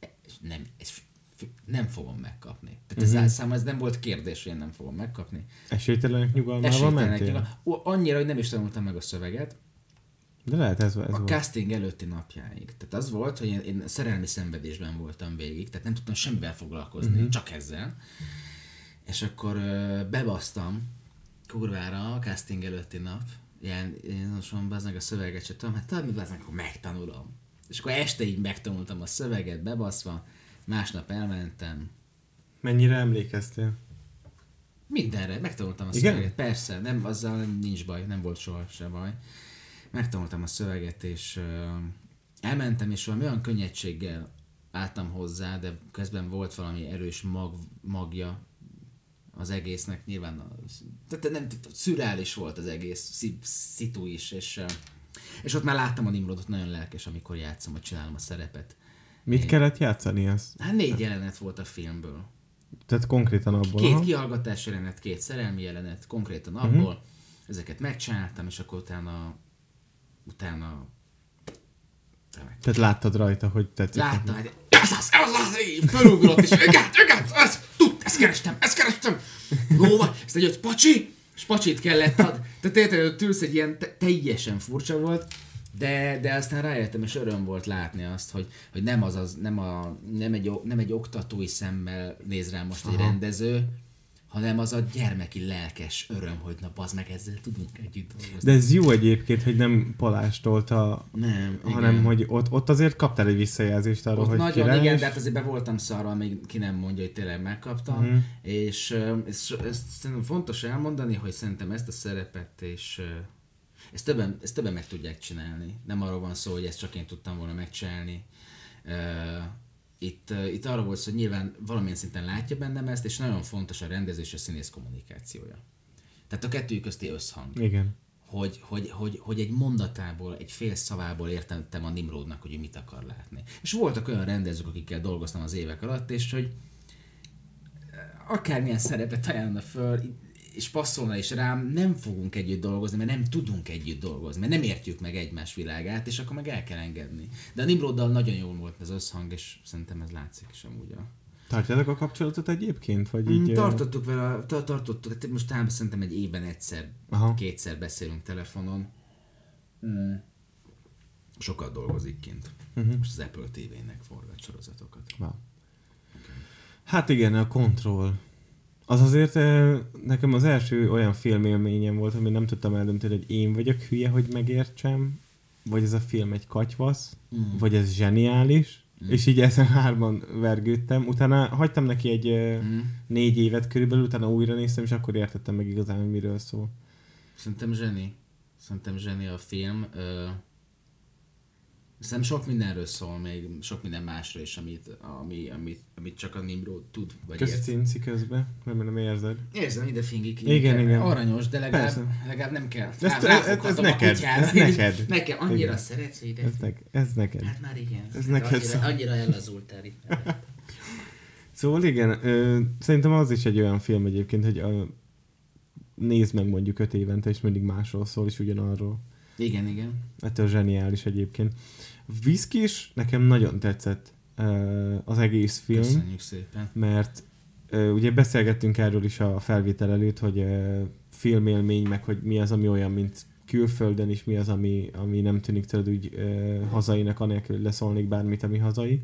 nem fogom megkapni. Tehát számomra ez nem volt kérdés, hogy én nem fogom megkapni. Esélytelenek nyugalmával mentél? Annyira, hogy nem is tanultam meg a szöveget. De lehet ez a volt. casting előtti napjáig. Tehát az volt, hogy én szerelmi szenvedésben voltam végig, tehát nem tudtam semmivel foglalkozni, csak ezzel. És akkor bebasztam kurvára a casting előtti nap. Én most mondom, bazdmeg a szöveget se tudom, hát tudod, mi bazdmeg, akkor megtanulom. És akkor este így megtanultam a szöveget, bebaszva, másnap elmentem. Mennyire emlékeztél? Mindenre, megtanultam a szöveget, persze, nem, azzal nincs baj, nem volt soha se baj. Megtanultam a szöveget, és elmentem, és valami olyan könnyedséggel álltam hozzá, de közben volt valami erős magja az egésznek, nyilván szürreális volt az egész szitu is, és ott már láttam a Nimrodot, nagyon lelkes, amikor játszom, vagy csinálom a szerepet. Mit kellett játszani az? Hát 4 jelenet volt a filmből. Tehát konkrétan abból? 2 kihallgatás jelenet, 2 szerelmi jelenet, konkrétan abból. Ezeket megcsináltam, és akkor utána tehát láttad rajta, hogy tetszik? Láttam, hogy ez az, fölugrott, és igen, ezt kerestem. Góva, ezt egy pacsi, és pacsit kellett ad. Tehát érted, tűlsz egy ilyen teljesen furcsa volt, de aztán rájöttem, és öröm volt látni azt, hogy nem egy oktatói szemmel néz rá most egy rendező, hanem az a gyermeki lelkes öröm, hogy na bazd meg, ezzel tudunk együtt dolgozni. De ez jó egyébként, hogy nem palástolta, hanem igen. hogy ott azért kaptál egy visszajelzést arról, ott hogy nagyon, király, igen, de hát azért be voltam szarral, még ki nem mondja, hogy tényleg megkaptam, és ezt szerintem fontos elmondani, hogy szerintem ezt a szerepet, és ezt többen meg tudják csinálni. Nem arról van szó, hogy ezt csak én tudtam volna megcsinálni. Itt arról volt szó, hogy nyilván valamilyen szinten látja bennem ezt, és nagyon fontos a rendező és a színész kommunikációja. Tehát a kettő közti összhang. Igen. Hogy egy mondatából, egy fél szavából értettem a Nimrodnak, hogy ő mit akar látni. És voltak olyan rendezők, akikkel dolgoztam az évek alatt, és hogy akármilyen szerepet ajánlna föl, és passzolna is rám, nem fogunk együtt dolgozni, mert nem tudunk együtt dolgozni, mert nem értjük meg egymás világát, és akkor meg el kell engedni. De a Nimroddal nagyon jól volt az összhang, és szerintem ez látszik is amúgy. Tartjátok a kapcsolatot egyébként? Vagy így, tartottuk vele, most talán szerintem egy évben egyszer, kétszer beszélünk telefonon. Sokat dolgozik kint. Most az Apple TV-nek forgat sorozatokat. Wow. Okay. Hát igen, a Control. Az azért nekem az első olyan filmélményem volt, amit nem tudtam eldönteni, hogy én vagyok hülye, hogy megértsem, vagy ez a film egy katyvasz, vagy ez zseniális, és így ezen 3 vergődtem. Utána hagytam neki egy 4 évet körülbelül, utána újra néztem, és akkor értettem meg igazán, hogy miről szól. Szerintem zseni a film. Szerintem sok mindenről szól, még sok minden másra is, amit csak a Nimrod tud, vagy Köszi ért. cinci közben, nem érzed. Érzem, ide fingik. Igen. Aranyos, de legalább nem kell. Ez neked. Nekem annyira igen. szeretsz, hogy ide. Ez neked. Hát már igen. Ez neked annyira ellazultál itt. Szóval igen, szerintem az is egy olyan film egyébként, hogy nézd meg mondjuk 5 évente, és mindig másról szól, és ugyanarról. Igen. Ettől zseniális egyébként. Whisky is nekem nagyon tetszett az egész film. Köszönjük szépen. Mert ugye beszélgettünk erről is a felvétel előtt, hogy filmélmény, meg hogy mi az, ami olyan, mint külföldön is, mi az, ami nem tűnik tőled úgy hazainak, anélkül, hogy leszólnék bármit, ami hazai.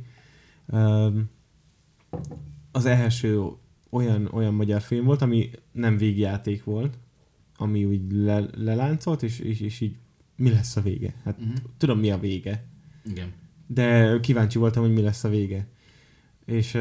Az első olyan magyar film volt, ami nem végjáték volt, ami úgy leláncolt, és így mi lesz a vége? Hát tudom, mi a vége. Igen. De kíváncsi voltam, hogy mi lesz a vége. És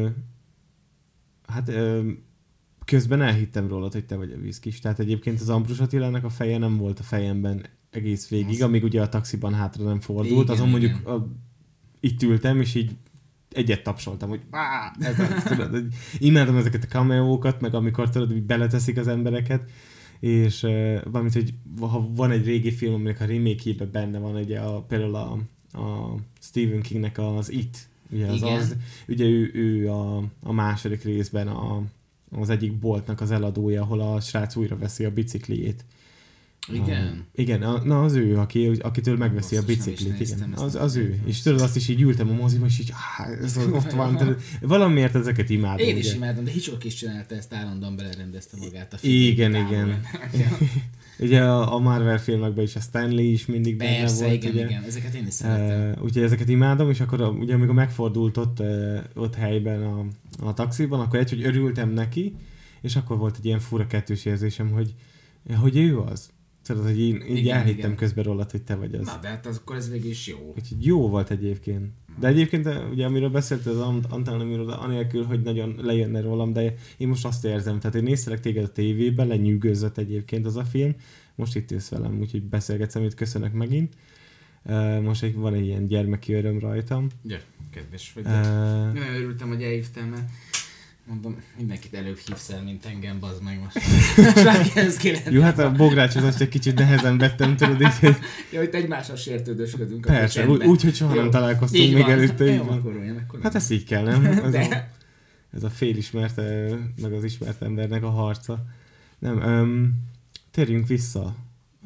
közben elhittem rólad, hogy te vagy a Whisky-s. Tehát egyébként az Ambrus Attilának a feje nem volt a fejemben egész végig, amíg ugye a taxiban hátra nem fordult. Igen, azon mondjuk itt ültem, és így egyet tapsoltam, hogy tudod, imádom ezeket a cameókat, meg amikor tudod, hogy beleteszik az embereket, és valamint, hogy ha van egy régi film, aminek a remake-jében benne van, ugye például a Stephen Kingnek az It, ugye ő a második részben az egyik boltnak az eladója, ahol a srác újra veszi a bicikliét. Igen? Igen, az ő, akitől megveszi a biciklit. Igen, az ő. És tudod, azt is így ültem a moziban, és így ez ott van. Tudod, valamiért ezeket imádom. Én is imádom, de Hitchcock is csinálta ezt, állandóan belerendezte magát a filmbe. Igen. Ugye a Marvel filmekben is a Stanley is mindig benne volt. Igen, ezeket én is szeretem. Úgyhogy ezeket imádom, és akkor ugye amikor megfordult ott helyben a taxiban, akkor hogy örültem neki, és akkor volt egy ilyen fura kettős érzésem, hogy ő az. Tudod, hogy így elhittem közben rólad, hogy te vagy az. Na, de hát akkor ez végül is jó. Úgyhogy jó volt egyébként. De egyébként, ugye amiről beszéltél az Antal, anélkül, hogy nagyon lejönne rólam, de én most azt érzem, tehát én néztelek téged a tévében, lenyűgözött egyébként az a film, most itt ülsz velem, úgyhogy beszélgetsz, amit köszönök megint. Most van egy ilyen gyermeki öröm rajtam. Ja, kedves vagy. Nagyon örültem, hogy elhívtál, mert mondom, mindenkit előbb hívsz el, mint engem, bazd meg most. Jó, hát a bográcsozást egy kicsit nehezen vettem, tudod így, hogy... Ja, hogy egymással sértődösködünk. Persze, úgy, hogy soha nem találkoztunk még előtte. Jó, akkor hát ez így kell, nem? Ez a félismert, meg az ismert embernek a harca. Nem, térjünk vissza.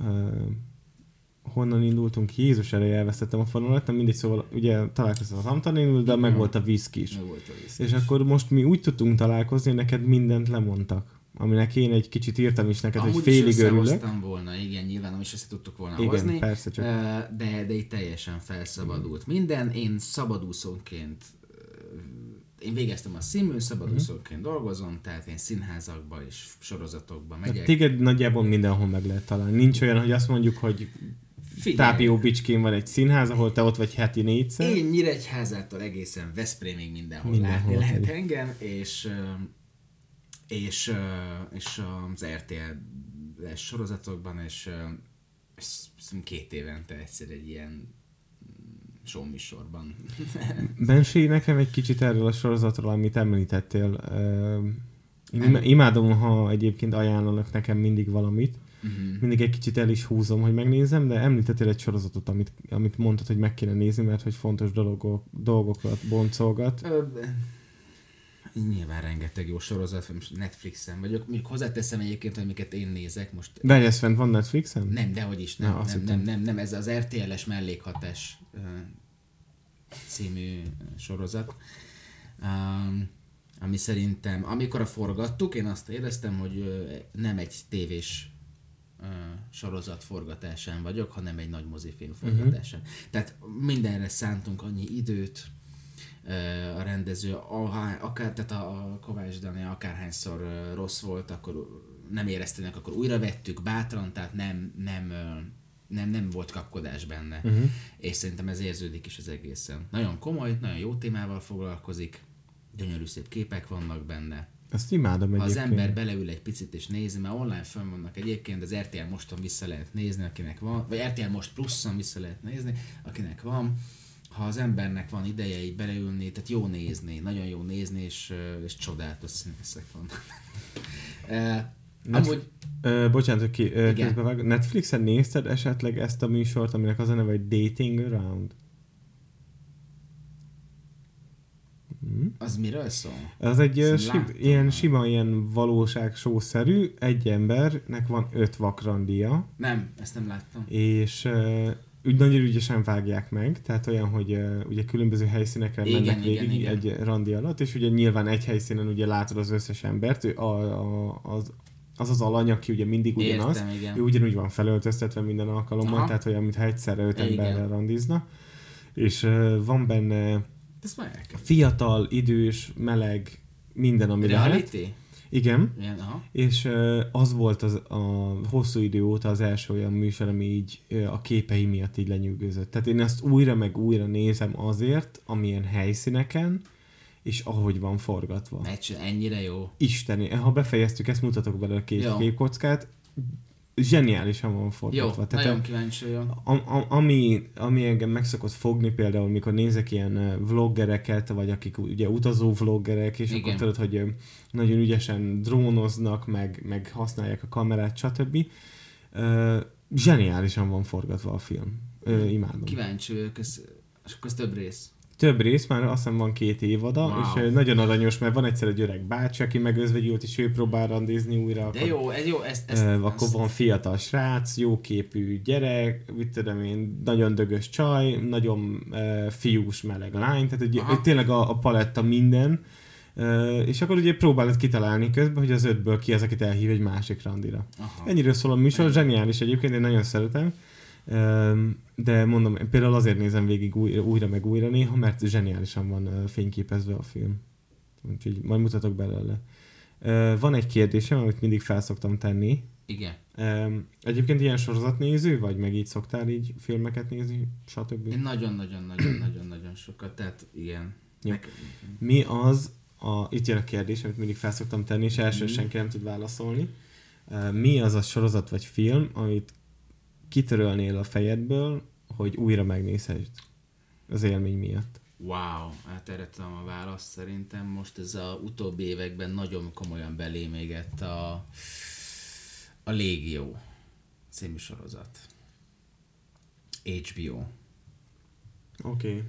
Honnan indultunk? Jézus elé elvesztettem a fonalat, nem mindegy, szóval ugye találkoztam az Antoninul, de meg volt a Whisky is. És akkor most mi úgy tudtunk találkozni, neked mindent lemondtak. Aminek én egy kicsit írtam is neked, hogy félig örülök. Amúgy volna, igen, nyilván nem is össze tudtuk volna igen, hozni. Persze, csak... de itt teljesen felszabadult minden. Én szabadúszónként én végeztem a színműn, szabadúszóként dolgozom, tehát én színházakba és sorozatokba megyek. Téged nagyjából mindenhol meg lehet találni. Nincs olyan, hogy azt mondjuk, hogy Tápió Bicskén van egy színház, ahol te ott vagy heti 4-szer. Én Nyíregyházától egészen Veszprémig mindenhol látni lehet engem, és az RTL-es sorozatokban, és 2 évente egyszer egy ilyen showműsorban. Bensi, nekem egy kicsit erről a sorozatról, amit említettél. Imádom, ha egyébként ajánlanak nekem mindig valamit. Mindig egy kicsit el is húzom, hogy megnézem, de említettél egy sorozatot, amit mondtad, hogy meg kéne nézni, mert hogy fontos dolgokat boncolgat. Nyilván rengeteg jó sorozat, most Netflixen vagyok. Még hozzáteszem egyébként, hogy amiket én nézek most. De ez fent van Netflixen? Nem, dehogy is. Nem, ez az RTL-es mellékhatás című sorozat. Ami szerintem, amikor forgattuk, én azt éreztem, hogy nem egy tévés sorozat forgatásán vagyok, hanem egy nagy mozifilm forgatásán. Tehát mindenre szántunk annyi időt, a rendező, tehát a Kovács Dani akárhányszor rossz volt, akkor nem éreztének, akkor újra vettük bátran, tehát nem volt kapkodás benne. És szerintem ez érződik is az egészen. Nagyon komoly, nagyon jó témával foglalkozik, gyönyörű szép képek vannak benne, Ezt imádom ha egyébként. az ember beleül egy picit és nézi, mert online fönn vannak egyébként, az RTL Moston vissza lehet nézni, akinek van, vagy RTL Most Pluszon vissza lehet nézni, akinek van. Ha az embernek van ideje így beleülni, tehát jó nézni, nagyon jó nézni, és csodálatos színészek vannak. Amúgy... Bocsánat, hogy közbevágom. Netflixen nézted esetleg ezt a műsort, aminek az a neve, hogy Dating Around? Az miről szól? Az egy ilyen sima, ilyen valóságshow-szerű, egy embernek van 5 vakrandia. Nem, ezt nem láttam. És úgy nagyon ügyesen vágják meg, tehát olyan, hogy ugye különböző helyszínekre mennek végig egy randi alatt, és ugye nyilván egy helyszínen ugye látod az összes embert, az alany, aki ugye mindig ugyanaz, ő ugyanúgy van felöltöztetve minden alkalommal, tehát olyan, mintha egyszerre 5 emberrel randizna, és van benne fiatal, idős, meleg, minden, ami lehet. Igen. Igen, és az volt a hosszú idő óta az első olyan műsor, ami így a képei miatt így lenyűgözött. Tehát én ezt újra meg újra nézem azért, amilyen helyszíneken, és ahogy van forgatva. Ennyire jó. Isteni, ha befejeztük, ezt mutatok belőle 2 képkockát, zseniálisan van forgatva. Jó, tehát nagyon kíváncsi vagyok. Ami engem meg szokott fogni például, mikor nézek ilyen vloggereket, vagy akik ugye utazó vloggerek, és akkor tudod, hogy nagyon ügyesen drónoznak, meg használják a kamerát, stb. Zseniálisan van forgatva a film. Imádom. Kíváncsi vagyok, és akkor ez több rész. Több rész, már azt hiszem van 2 évada, és nagyon aranyos, mert van egyszer egy öreg bácsi, aki megözvegyült, és ő próbál randizni újra. De jó, ez jó, akkor van fiatal srác, jóképű gyerek, mit tudom én, nagyon dögös csaj, nagyon fiús, meleg lány, tehát ugye tényleg a paletta minden, és akkor ugye próbálod kitalálni közben, hogy az 5-ből ki az, akit elhív egy másik randira. Ennyiről szól a műsor, zseniális egyébként, én nagyon szeretem. De mondom, például azért nézem végig újra meg újra néha, mert zseniálisan van fényképezve a film. Úgyhogy majd mutatok belőle. Van egy kérdésem, amit mindig felszoktam tenni. Igen. Egyébként ilyen sorozatnéző, vagy meg így szoktál így filmeket nézni, stb.? Én nagyon-nagyon sokat, tehát igen. Mi az, itt jön a kérdés, amit mindig felszoktam tenni, és első senki nem tud válaszolni. Mi az a sorozat vagy film, amit kitörölnél a fejedből, hogy újra megnézhessd az élmény miatt? Wow, hát erre tudom a választ szerintem. Most ez az utóbbi években nagyon komolyan belém égett a Légió című sorozat. HBO. Oké.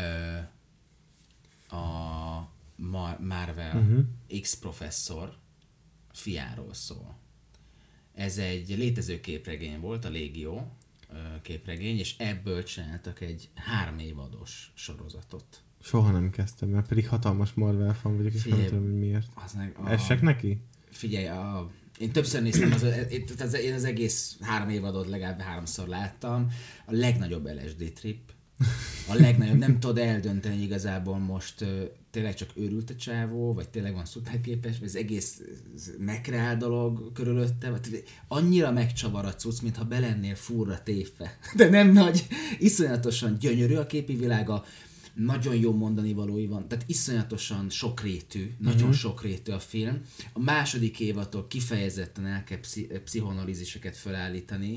A Marvel X-professzor fiáról szól. Ez egy létező képregény volt, a Légió képregény, és ebből csináltak egy 3 évados sorozatot. Soha nem kezdtem, mert pedig hatalmas Marvel fan vagyok, és nem tudom, hogy miért. Essek neki? Figyelj, én többször néztem, én az egész 3 évadot legalább 3-szor láttam. A legnagyobb LSD trip. A legnagyobb, nem tudod eldönteni igazából most tényleg csak őrült a csávó, vagy tényleg van szuperképes, vagy az egész megreál dolog körülötte, vagy annyira megcsavar a cucc, mintha be lennél furra tévve. De nem nagy, iszonyatosan gyönyörű a képi világa, nagyon jó mondani valói van, tehát iszonyatosan sokrétű, nagyon sokrétű a film. A második évattól kifejezetten el kell pszichoanalíziseket felállítani,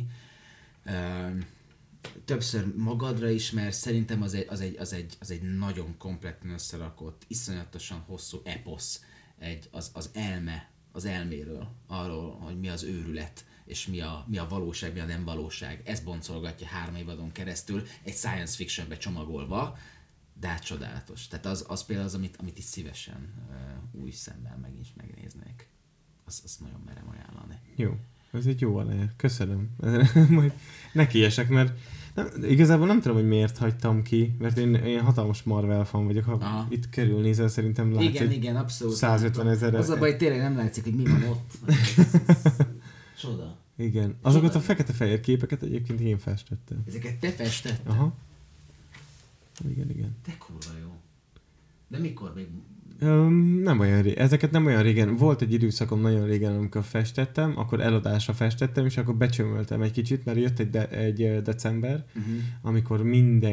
többször magadra is, mert szerintem az egy nagyon kompletten összerakott, iszonyatosan hosszú eposz az elméről, arról, hogy mi az őrület, és mi a valóság, mi a nem valóság. Ez boncolgatja 3 évadon keresztül, egy science fictionbe csomagolva, de hát csodálatos. Tehát az például az, amit is szívesen új szemmel meg is megnéznék. Azt nagyon merem ajánlani. Jó. Ez egy jó alá. Köszönöm. Majd nekiesek, mert igazából nem tudom, hogy miért hagytam ki, mert én hatalmas Marvel fan vagyok. Ha itt körülnézel, szerintem látsz igen, abszolút. 150 000. Az a baj, tényleg nem látszik, hogy mi van ott. Csoda. Igen. Azokat a fekete-fehér képeket egyébként én festettem. Ezeket te festetted? Aha. Igen. De kurva jó. De mikor még? Nem olyan régen. Ezeket nem olyan régen. Volt egy időszakom nagyon régen, amikor festettem, akkor eladásra festettem, és akkor becsömöltem egy kicsit, mert jött egy december, amikor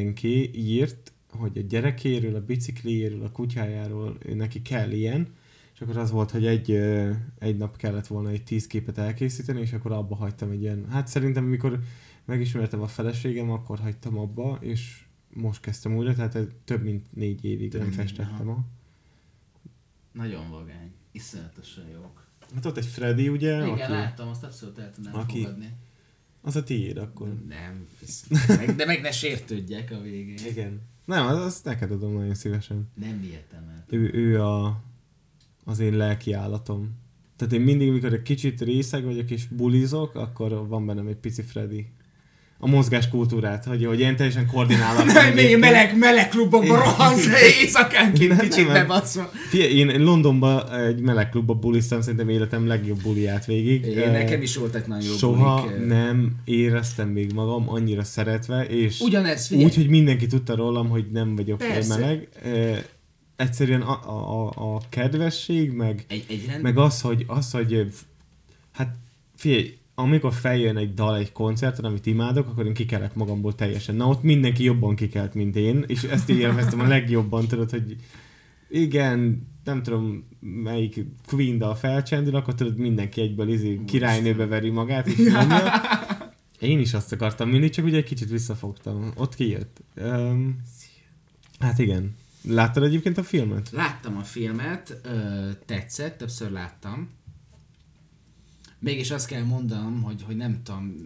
mindenki írt, hogy a gyerekéről, a bicikliéről, a kutyájáról neki kell ilyen, és akkor az volt, hogy egy nap kellett volna egy 10 képet elkészíteni, és akkor abba hagytam egy ilyen, hát szerintem amikor megismertem a feleségem, akkor hagytam abba, és most kezdtem újra, tehát több mint 4 évig nem festettem. Nagyon vagány. Iszonyatosan jók. Hát ott egy Freddy, ugye? Igen, aki... láttam, azt abszolút el tudnám fogadni. Az a tiéd akkor. Nem, de meg ne sértődjek a végén. Igen. Nem, azt neked adom nagyon szívesen. Nem vihetem el. Ő az én lelki állatom. Tehát én mindig, mikor egy kicsit részeg vagyok és bulizok, akkor van bennem egy pici Freddy. A mozgáskultúrát, hogy ilyen teljesen koordinálatlan. Még meleg klubokban rohansz éjszakánként kicsit bebaszva. Én Londonban egy meleg klubban buliztam, szerintem életem legjobb buliát végig. Nekem is volt egy nagyon jó soha bulik. nem éreztem még magam annyira szeretve, és úgy, hogy mindenki tudta rólam, hogy nem vagyok meleg. Egyszerűen a kedvesség, meg az, hogy hát figyelj, amikor feljön egy dal egy koncerten, amit imádok, akkor én kikelek magamból teljesen. Na ott mindenki jobban kikelt, mint én, és ezt élveztem a legjobban, tudod, hogy igen, nem tudom melyik Queen dal felcsendül, akkor tudod mindenki egyből királynőbe veri magát, és mondja. Én is azt akartam mindig, csak ugye egy kicsit visszafogtam. Ott kijött. Hát igen. Láttad egyébként a filmet? Láttam a filmet, tetszett, többször láttam. Mégis azt kell mondanom, hogy nem tudom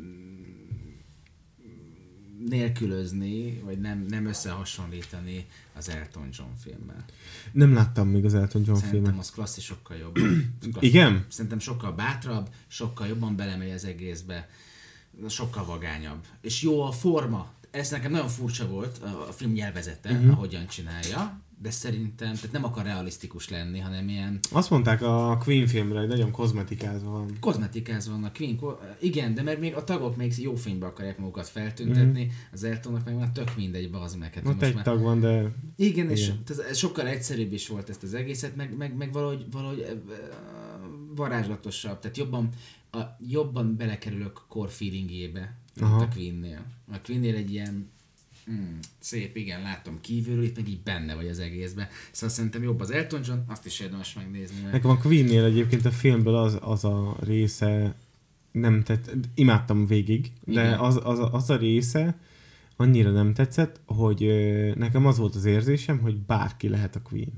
nélkülözni, vagy nem összehasonlítani az Elton John filmmel. Nem láttam még az Elton John Szerintem filmet. az sokkal jobb. Igen? Szerintem sokkal bátrabb, sokkal jobban belemegy az egészbe, sokkal vagányabb. És jó a forma. Ez nekem nagyon furcsa volt a film nyelvezete, ahogyan csinálja, de szerintem tehát nem akar realisztikus lenni, hanem ilyen... Azt mondták a Queen filmre, hogy nagyon kozmetikázva van. Kozmetikázva van a Queen, igen, de mert még a tagok még jó fénybe akarják magukat feltüntetni, az Eltonnak meg már tök mindegy, bazd meg. Ott egy tag van, de... Igen, és ez sokkal egyszerűbb is volt ezt az egészet, meg valahogy varázslatosabb, tehát jobban belekerülök a core feelingjébe, mint a Queennél. A Queennél egy ilyen szép, igen, látom kívülről, itt meg így benne vagy az egészben. Szóval szerintem jobb az Elton John, azt is érdemes megnézni. Mert... Nekem a Queennél egyébként a filmből az a része nem tetszett, imádtam végig, de az a része annyira nem tetszett, hogy nekem az volt az érzésem, hogy bárki lehet a Queen.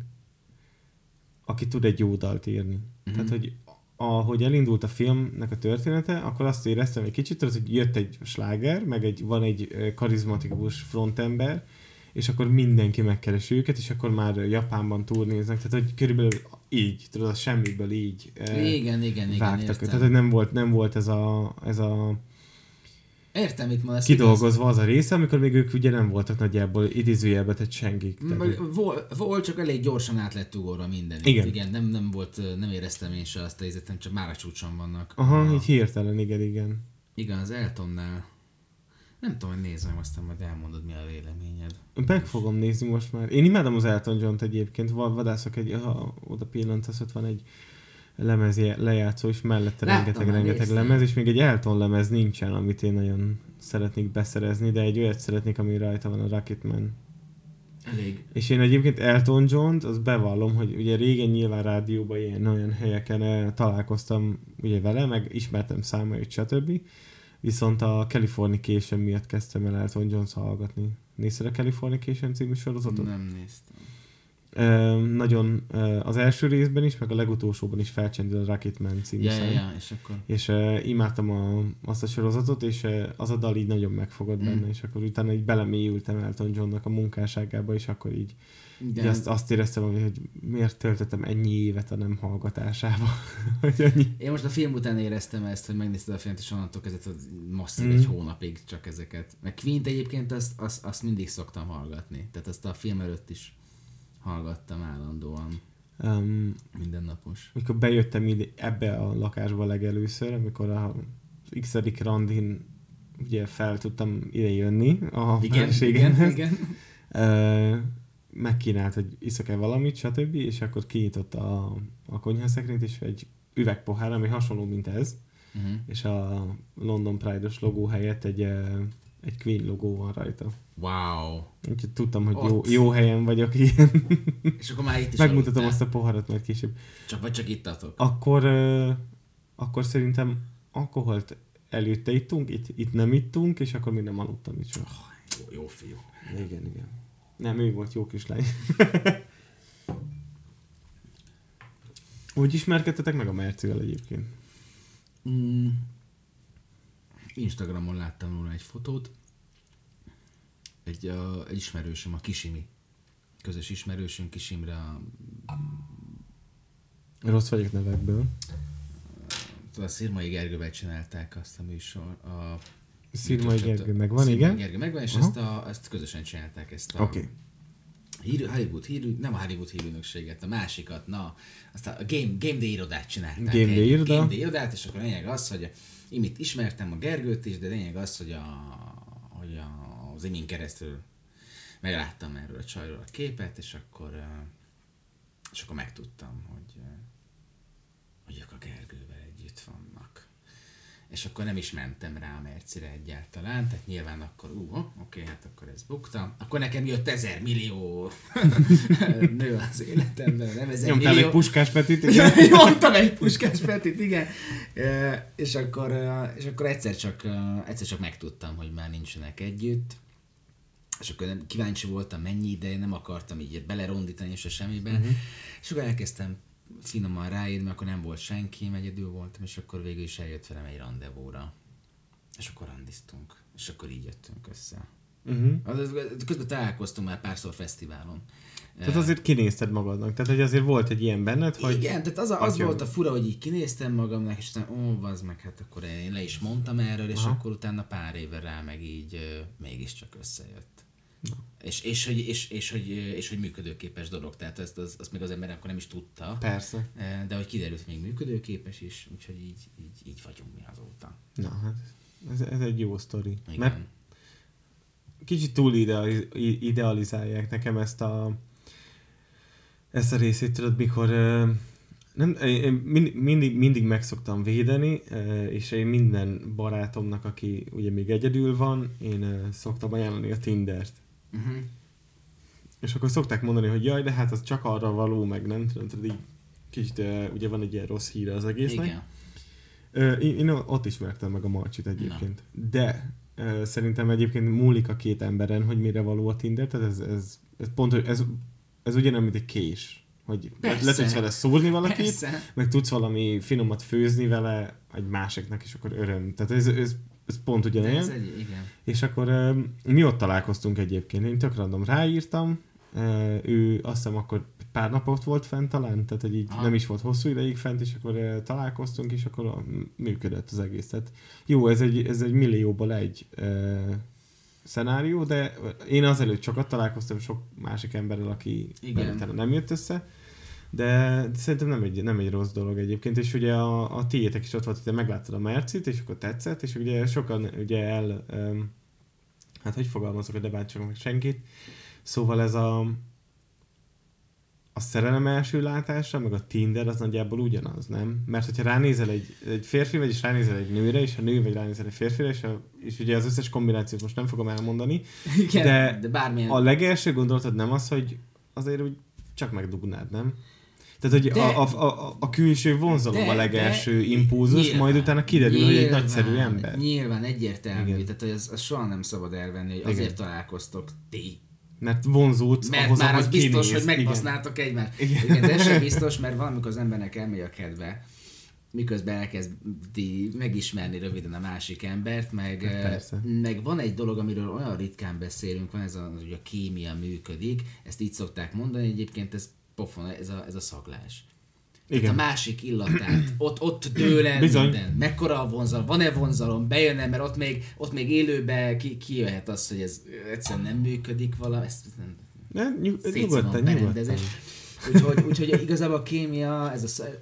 Aki tud egy jó dalt írni. Tehát, hogy ahogy elindult a filmnek a története, akkor azt éreztem egy kicsit, hogy jött egy sláger, meg van egy karizmatikus frontember, és akkor mindenki megkeresi őket, és akkor már Japánban turnéznek, tehát hogy körülbelül így, tudod, a semmiből így igen, vágtak. Tehát, hogy nem volt ez a értem, mit mondasz. Kidolgozva az a része, amikor még ők ugye nem voltak nagyjából idézőjelbe, tehát senkik. Volt, csak elég gyorsan át lett ugorva minden. Igen, nem volt, nem éreztem én se azt a helyzetem, csak már a csúcson vannak. Aha, így hirtelen, igen. Igen, az Eltonnál. Nem tudom, hogy nézem, aztán majd elmondod, mi a véleményed. Meg fogom nézni most már. Én imádom az Elton John-t egyébként, vadászok ha oda pillantasz, ott van egy lemez lejátszó, és mellette rengeteg lemez, és még egy Elton lemez nincsen, amit én nagyon szeretnék beszerezni, de egy olyat szeretnék, ami rajta van, a Rocketman. Elég. És én egyébként Elton John-t, azt bevallom, hogy ugye régen nyilván rádióban ilyen olyan helyeken találkoztam ugye vele, meg ismertem számait, stb. Viszont a Californication miatt kezdtem el Elton John-t hallgatni. Nézted a Californication című sorozatot? Nem néztem. Nagyon az első részben is, meg a legutolsóban is felcsendül a Rocketman című szám. És akkor... És imádtam azt a sorozatot, és az a dal így nagyon megfogott benne, és akkor utána így belemélyültem Elton Johnnak a munkásságába, és akkor így azt éreztem, hogy miért töltöttem ennyi évet a nem hallgatásába. Én most a film után éreztem ezt, hogy megnézted a filmet, és onnantól kezdett masszív egy hónapig csak ezeket. Meg Queen-t egyébként azt mindig szoktam hallgatni. Tehát azt a film előtt is hallgattam állandóan. Mindennapos. Mikor bejöttem ebbe a lakásba legelőször, amikor az x-edik randin ugye fel tudtam ide jönni a feleségemhez. Igen. Megkínált, hogy iszok-e valamit, stb. És akkor kinyitott a konyhaszekrényt, és egy üvegpohár, ami hasonló, mint ez, és a London Pride-os logó helyett egy egy Queen logó van rajta. Wow. Úgyhogy tudtam, hogy jó helyen vagyok ilyen. És akkor már itt is megmutatom azt a poharat majd később. Csak ittatok. Akkor szerintem alkoholt előtte ittunk, itt nem ittunk, és akkor még nem aludtam is. Jó fiú. Igen. Nem, ő volt jó kislány. Úgy ismerkedtetek meg a Mercivel egyébként? Instagramon láttam róla egy fotót. Egy ismerősöm, a Kisimi. Közös ismerősünk Kisimre. Rossz vagyok nevekből. A Szirmai Gergővel csinálták azt a műsor. Szirmai Gergő megvan, igen? Szirmai Gergő megvan, és ezt közösen csinálták. Oké. Nem a Hollywood hírűnökséget, a másikat, aztán a Game Day irodát csinálták. Game Day irodát, és akkor a lényeg az, hogy én itt ismertem a Gergőt is, de lényeg az, hogy az imin keresztül megláttam erről a csajról a képet, és akkor megtudtam, hogy ők a Gergővel együtt vannak. És akkor nem is mentem rá a Mercire egyáltalán, tehát nyilván akkor, oké, hát akkor ez buktam. Akkor nekem jött 1000 millió nő az életemben, nem 1000 millió. Nyomtál egy Puskás Petit, igen. Nyomtam egy Puskás Petit, igen. És akkor egyszer csak megtudtam, hogy már nincsenek együtt. És akkor kíváncsi voltam, mennyi ideje, nem akartam így belerondítani se semmiben. És akkor elkezdtem finoman ráírni, mert akkor nem volt senki, egyedül voltam, és akkor végül is eljött velem egy randevóra. És akkor randiztunk. És akkor így jöttünk össze. Közben találkoztunk már párszor fesztiválon. Tehát azért kinézted magadnak. Tehát hogy azért volt egy ilyen benned, hogy... Igen, tehát az volt a fura, hogy így kinéztem magamnak, és aztán vazd meg, hát akkor én le is mondtam erről, és akkor utána pár évvel rá meg így mégiscsak összejött. És hogy működőképes dolog, tehát azt még az ember akkor nem is tudta. Persze. De hogy kiderült, hogy még működőképes is, úgyhogy így vagyunk mi azóta. Na hát, ez egy jó sztori. Igen. Mert kicsit túl idealizálják nekem ezt a részét, tudod, mikor én mindig meg szoktam védeni, és én minden barátomnak, aki ugye még egyedül van, én szoktam ajánlani a Tindert. És akkor szokták mondani, hogy jaj, de hát az csak arra való, meg nem tudom, így kicsit ugye van egy ilyen rossz híre az egésznek. Igen. Én ott ismertem meg a Marcsit egyébként. Na. De szerintem egyébként múlik a két emberen, hogy mire való a Tinder, tehát ez pont, hogy ez ugyanaz, mint egy kés. Hogy le tudsz vele szúrni valakit, meg tudsz valami finomat főzni vele egy másiknak, és akkor öröm. Tehát ez pont ugyanilyen. Igen. És akkor mi ott találkoztunk egyébként. Én tök random ráírtam, ő azt hiszem akkor pár napot volt fent talán, tehát hogy így nem is volt hosszú ideig fent, és akkor találkoztunk, és akkor működött az egész. Tehát jó, ez egy millióból egy szenárió, de én azelőtt sokat találkoztam sok másik emberrel, aki nem jött össze, de szerintem nem egy rossz dolog egyébként, és ugye a tiétek is ott volt, hogy megláttad a Mercit, és akkor tetszett, és ugye sokan ugye hát hogy fogalmazok, hogy ne bántsak meg senkit, szóval ez a szerelem első látásra, meg a Tinder az nagyjából ugyanaz, nem? Mert hogyha ránézel egy férfi, vagyis ránézel egy nőre, és a nő vagy ránézel egy férfire, és ugye az összes kombinációt most nem fogom elmondani, igen, de bármilyen... a legelső gondolatod nem az, hogy azért úgy csak megdugnád, nem? Tehát, hogy a külső vonzalom a legelső impulzus, nyilván, majd utána kiderül, hogy egy nagyszerű ember. Nyilván, egyértelmű. Igen. Tehát, hogy az soha nem szabad elvenni, hogy azért találkoztok ti. Mert vonzódsz ahhoz, már az biztos, hogy megbasználtok egymást. Igen, de ez sem biztos, mert valamikor az embernek elmegy a kedve, miközben elkezdi megismerni röviden a másik embert, meg van egy dolog, amiről olyan ritkán beszélünk, van hogy a kémia működik, ezt így szokták mondani, egyébként ez pofon, ez a szaglás. Igen. Tehát a másik illatát, ott dől el minden. Mekkora a vonzalom, van-e vonzalom, bejön-e, mert ott még élőben kijöhet az, hogy ez egyszerűen nem működik valami, ez nyugodtan. Úgyhogy igazából a kémia,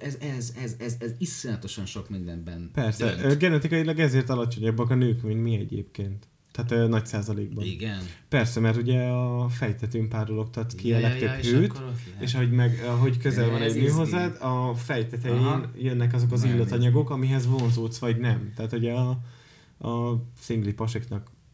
ez iszonyatosan sok mindenben. Persze, genetikailag ezért alacsonyabbak a nők, mint mi egyébként. Tehát nagy százalékban. Igen. Persze, mert ugye a fejtetőn párologtat ki a legtöbb hőt, és ahogy közel van egy nő hozzád, a fejtetején jönnek azok az illatanyagok, amihez vonzódsz vagy nem. Tehát ugye a szingli pasiknak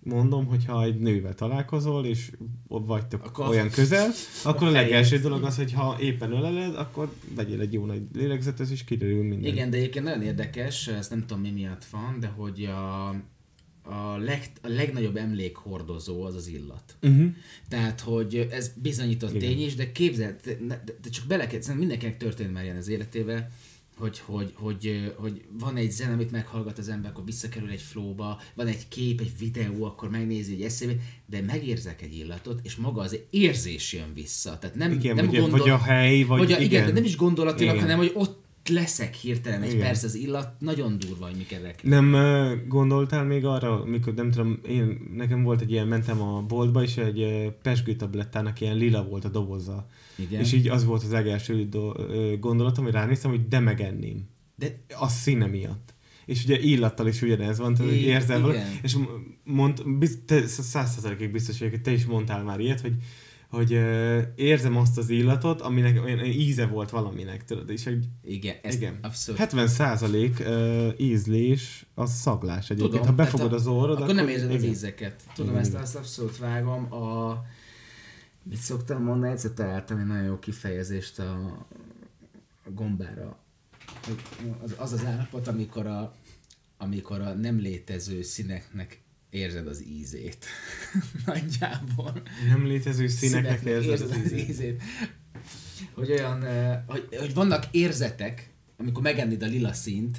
mondom, hogyha egy nővel találkozol, és vagytok akkor olyan közel, akkor a legelső feljött. dolog az, hogy ha éppen öleled, akkor vegyél egy jó nagy lélegzetet, és kiderül minden. Igen, de egyébként nagyon érdekes, ezt nem tudom mi miatt van, de hogy a legnagyobb emlékhordozó az az illat. Tehát, hogy ez bizonyított Igen. tény is, de képzeld, de csak bele kell, szerintem mindenkinek történt már ilyen az életével, hogy van egy zene, amit meghallgat az ember, akkor visszakerül egy flowba, van egy kép, egy videó, akkor megnézi egy eszébe, de megérzek egy illatot, és maga az érzés jön vissza. Tehát nem, Igen, nem vagy a hely, vagy igen. igen. De nem is gondolatilag, Igen. hanem hogy ott leszek hirtelen egy Igen. perc az illat, nagyon durva, hogy mi kerek. Nem gondoltál még arra, mikor nem tudom, nekem volt egy ilyen, mentem a boltba, és egy pezsgőtablettának ilyen lila volt a doboza. Igen. És így az volt az legelső gondolatom, hogy ránéztem, hogy de megenném. De A színe miatt. És ugye illattal is ugyanez van, tehát hogy érzel igen. valamit, és 100%-ig biztos vagyok, hogy te is mondtál már ilyet, hogy érzem azt az illatot, aminek olyan íze volt valaminek, tudod, és hogy igen, ezt igen. abszolút. 70% ízlés az szaglás egyébként. Tudom, Ha befogod tehát az orrod, akkor nem érzed az igen. ízeket. Tudom, Igen, ezt igen. azt abszolút vágom. Mit szoktam mondani? Egyszer találtam egy nagyon jó kifejezést a gombára. Az állapot, amikor a nem létező színeknek érzed az ízét. Nagyjából. Nem létező színeknek érzed az ízét. ízét. Hogy olyan, hogy vannak érzetek, amikor megennéd a lila színt,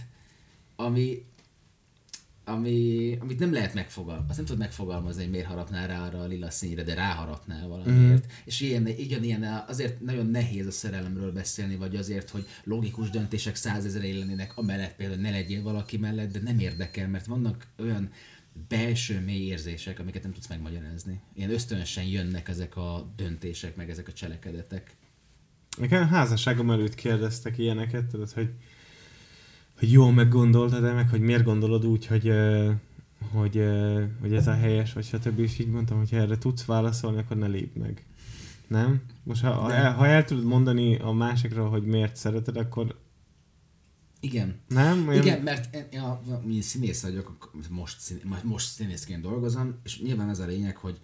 amit nem lehet megfogalmazni. Azt nem tudod megfogalmazni, hogy miért harapnál rá arra a lila színre, de ráharapnál valamiért. És ilyen, azért nagyon nehéz a szerelemről beszélni, vagy azért, hogy logikus döntések 100 000 lennének, amellett például ne legyél valaki mellett, de nem érdekel, mert vannak olyan belső mély érzések, amiket nem tudsz megmagyarázni. Ilyen ösztönösen jönnek ezek a döntések, meg ezek a cselekedetek. Nekem házasságom előtt kérdeztek ilyeneket, tudod, hogy jól meggondoltad-e, meg hogy miért gondolod úgy, hogy ez a helyes, vagy stb. És így mondtam, hogy ha erre tudsz válaszolni, akkor ne lépj meg. Nem? Most ha el tudod mondani a másikról, hogy miért szereted, akkor Igen. nem? Igen, mert én színész vagyok, most színészként dolgozom, és nyilván az a lényeg, hogy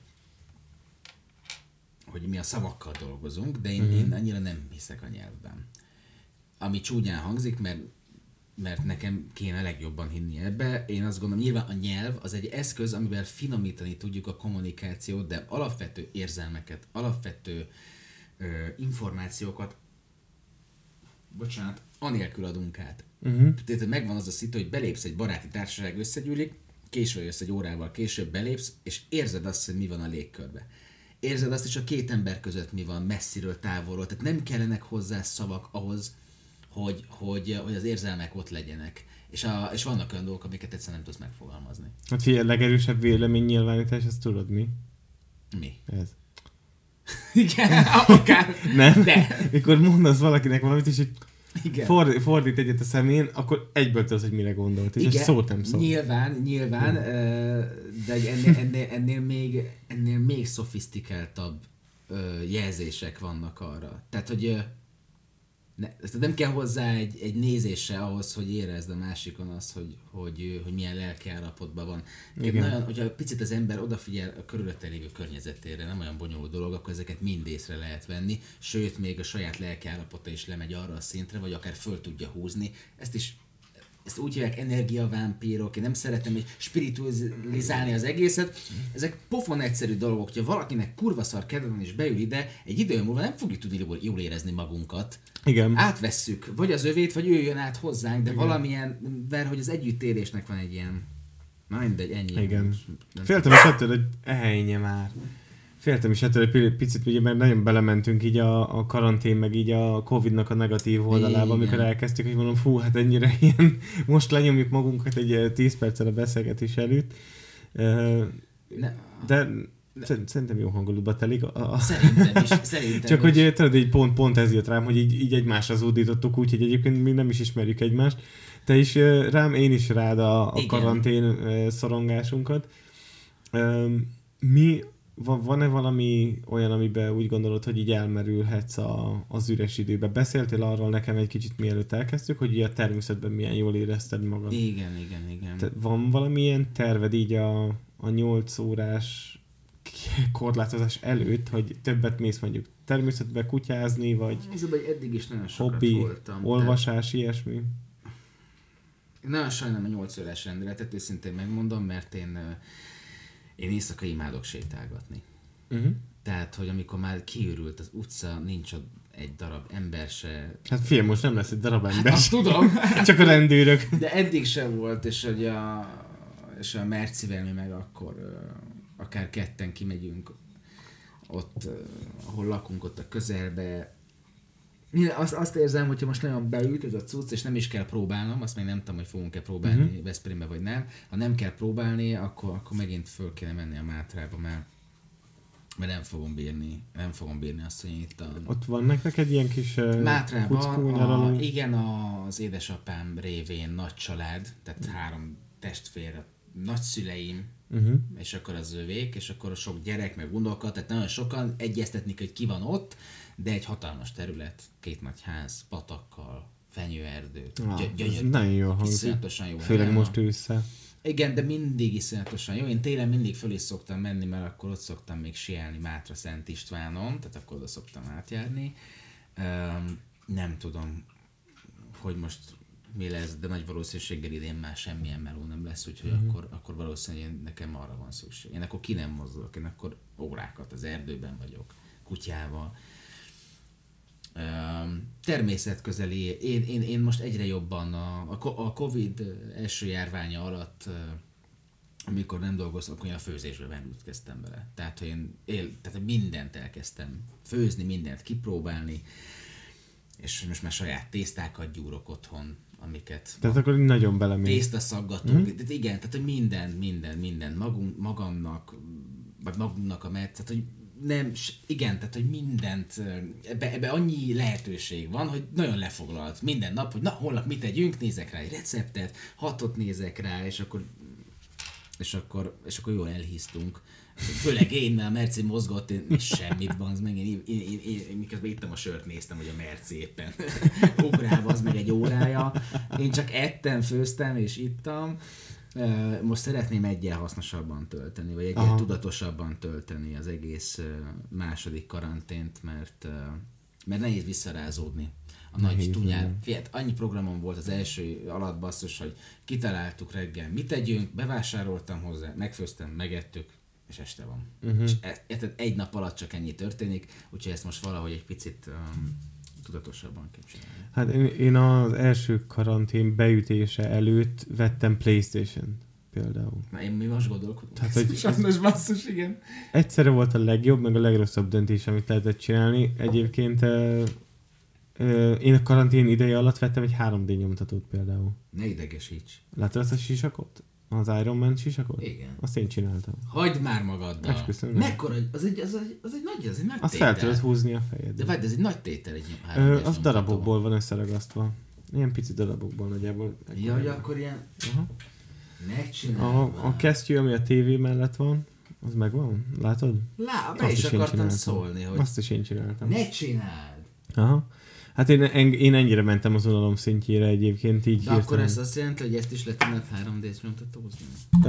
mi a szavakkal dolgozunk, de én annyira nem hiszek a nyelvben. Ami csúnyán hangzik, mert nekem kéne legjobban hinni ebbe. Én azt gondolom, nyilván a nyelv az egy eszköz, amivel finomítani tudjuk a kommunikációt, de alapvető érzelmeket, alapvető információkat, anélkül adunk át. Tehát megvan az a szitu, hogy belépsz egy baráti társaság, összegyűlik, később jössz egy órával később, belépsz, és érzed azt, hogy mi van a légkörben. Érzed azt is, a két ember között mi van, messziről, távolról. Tehát nem kellenek hozzá szavak ahhoz, hogy az érzelmek ott legyenek. És vannak olyan dolgok, amiket egyszerűen nem tudsz megfogalmazni. Hát figyelj, a legerősebb véleménynyilvánítás, azt tudod mi? Mi? Ez. Igen, akár. Nem? De. Mikor mondasz valakinek valamit, és így Igen. fordít egyet a szemén, akkor egyből tudod, hogy mire gondolt, és egy szót nem szól. Nyilván, de ennél még szofisztikáltabb jelzések vannak arra. Tehát, hogy nem kell hozzá egy nézésre ahhoz, hogy érezd a másikon azt, hogy milyen lelki állapotban van. Nagyon, hogyha picit az ember odafigyel a körülötte lévő környezetére, nem olyan bonyolult dolog, akkor ezeket mind észre lehet venni, sőt, még a saját lelki állapota is lemegy arra a szintre, vagy akár föl tudja húzni. Ezt úgy hívják energiavámpírok, én nem szeretem is spiritualizálni az egészet. Ezek pofon egyszerű dolgok, hogyha valakinek kurva szar kedve van és beül ide, egy idő múlva nem fogjuk tudni jól érezni magunkat. Igen. Átvesszük, vagy az övét, vagy ő jön át hozzánk, de igen. Valamilyen, mert hogy az együttélésnek van egy ilyen, na mindegy, ennyi. Igen. Féltem is ettől, hogy ennyi már. Féltem is ettől egy picit, ugye, mert nagyon belementünk így a karantén, meg így a Covid-nak a negatív oldalába, amikor elkezdtük, hogy mondom, fú, hát ennyire ilyen, most lenyomjuk magunkat egy 10 perccel a beszélgetés előtt. De szerintem jó hangulatba telik. Szerintem is. Csak hogy tudod, így pont ez jött rám, hogy így egymásra zúdítottuk, úgyhogy egyébként még nem is ismerjük egymást. Te is rám, én is rád a karantén szorongásunkat. Van-e valami olyan, amiben úgy gondolod, hogy így elmerülhetsz az üres időbe? Beszéltél arról nekem egy kicsit mielőtt elkezdtük, hogy így a természetben milyen jól érezted magad? Igen. Van valamilyen terved így a a 8 órás korlátozás előtt, hogy többet mész mondjuk természetbe kutyázni, vagy ez hogy eddig is nagyon sokat hobbi, voltam. olvasás, ilyesmi? Nagyon sajnálom a 8 órás rendeletet, őszintén megmondom, mert én éjszaka imádok sétálgatni. Tehát, hogy amikor már kiürült az utca, nincs ott egy darab ember se. Hát fiam, most nem lesz egy darab ember. Azt tudom. Csak a rendőrök. De eddig sem volt, és hogy a Mercivel mi meg akkor akár ketten kimegyünk ott, ahol lakunk, ott a közelbe. Azt érzem, hogyha most nagyon beült ez a cucc, és nem is kell próbálnom, azt még nem tudom, hogy fogunk-e próbálni Veszprémbe, vagy nem. Ha nem kell próbálni, akkor megint föl kéne menni a Mátrába, mert nem fogom bírni azt, hogy én itt Ott van neked ilyen kis Mátrában, igen, az édesapám révén nagy család, tehát 3 testvér, nagyszüleim, és akkor az övék, és akkor sok gyerek, meg unoka, tehát nagyon sokan egyeztetnik, hogy ki van ott, de egy hatalmas terület, 2 nagy ház, patakkal, fenyőerdő, gyönyörű. Nagyon jó hangzik. Iszonyatosan jó. Főleg most ősszel. Igen, de mindig iszonyatosan jó. Én télen mindig föl is szoktam menni, mert akkor ott szoktam még sielni Mátra Szent Istvánon, tehát akkor oda szoktam átjárni. Nem tudom, hogy most mi lesz, de nagy valószínűséggel idén már semmilyen meló nem lesz, úgyhogy akkor valószínűleg nekem arra van szükség. Én akkor ki nem mozdulok, én akkor órákat az erdőben vagyok, kutyával. Természetközeli, én most egyre jobban a Covid első járványa alatt, amikor nem dolgoztam, akkor én a főzésbe merültkeztem bele. Tehát, hogy mindent elkezdtem főzni, mindent kipróbálni, és most már saját tésztákat gyúrok otthon, amiket... Tehát akkor nagyon belemész. Tésztaszaggatók, igen, tehát hogy minden magamnak, vagy magunknak tehát hogy nem, igen, tehát hogy mindent, ebbe annyi lehetőség van, hogy nagyon lefoglalt minden nap, hogy na, holnap mit tegyünk, nézek rá egy receptet, 6-ot nézek rá, és akkor jól elhisztunk. Főleg én, mert a Merci mozgott, én semmit van, meg én miközben ittam a sört, néztem, hogy a Merci éppen ugrál, az meg egy órája. Én csak ettem, főztem és ittam. Most szeretném egyel hasznosabban tölteni, vagy egyel tudatosabban tölteni az egész második karantént, mert nehéz visszarázódni. A nagy tunyár. Fiat, annyi programom volt az első alatt, basszus, hogy kitaláltuk reggel, mit tegyünk, bevásároltam hozzá, megfőztem, megettük, és este van. És egy nap alatt csak ennyi történik, úgyhogy ezt most valahogy egy picit tudatosabban kell csinálni. Hát én az első karantén beütése előtt vettem PlayStation például. Na én mi most gondolkodom? Tehát, hogy sajnos basszus, igen. Egyszerre volt a legjobb, meg a legrosszabb döntés, amit lehetett csinálni. Egyébként én a karantén ideje alatt vettem egy 3D nyomtatót például. Ne idegesíts. Látod azt a sisakot? Az Iron Man sisakot? Igen. Azt én csináltam. Hagyd már magaddal. Esküszöm. Mekkora, az egy nagy azt fel tudod húzni a fejed. De várj, ez egy nagy tétel egy 3D az darabokból van összeragasztva. Ilyen pici darabokból nagyjából. Ja, hogy akkor ilyen... Megcsinálva. A kesztyű, ami a tévé mellett van, az megvan? Látod? Be is akartam szólni, hogy... Azt is én csináltam. Ne csináld! Aha. Hát én ennyire mentem az unalom szintjére egyébként így. De akkor ez azt jelenti, hogy ezt is le tudnád 3D-s nyomtatózni?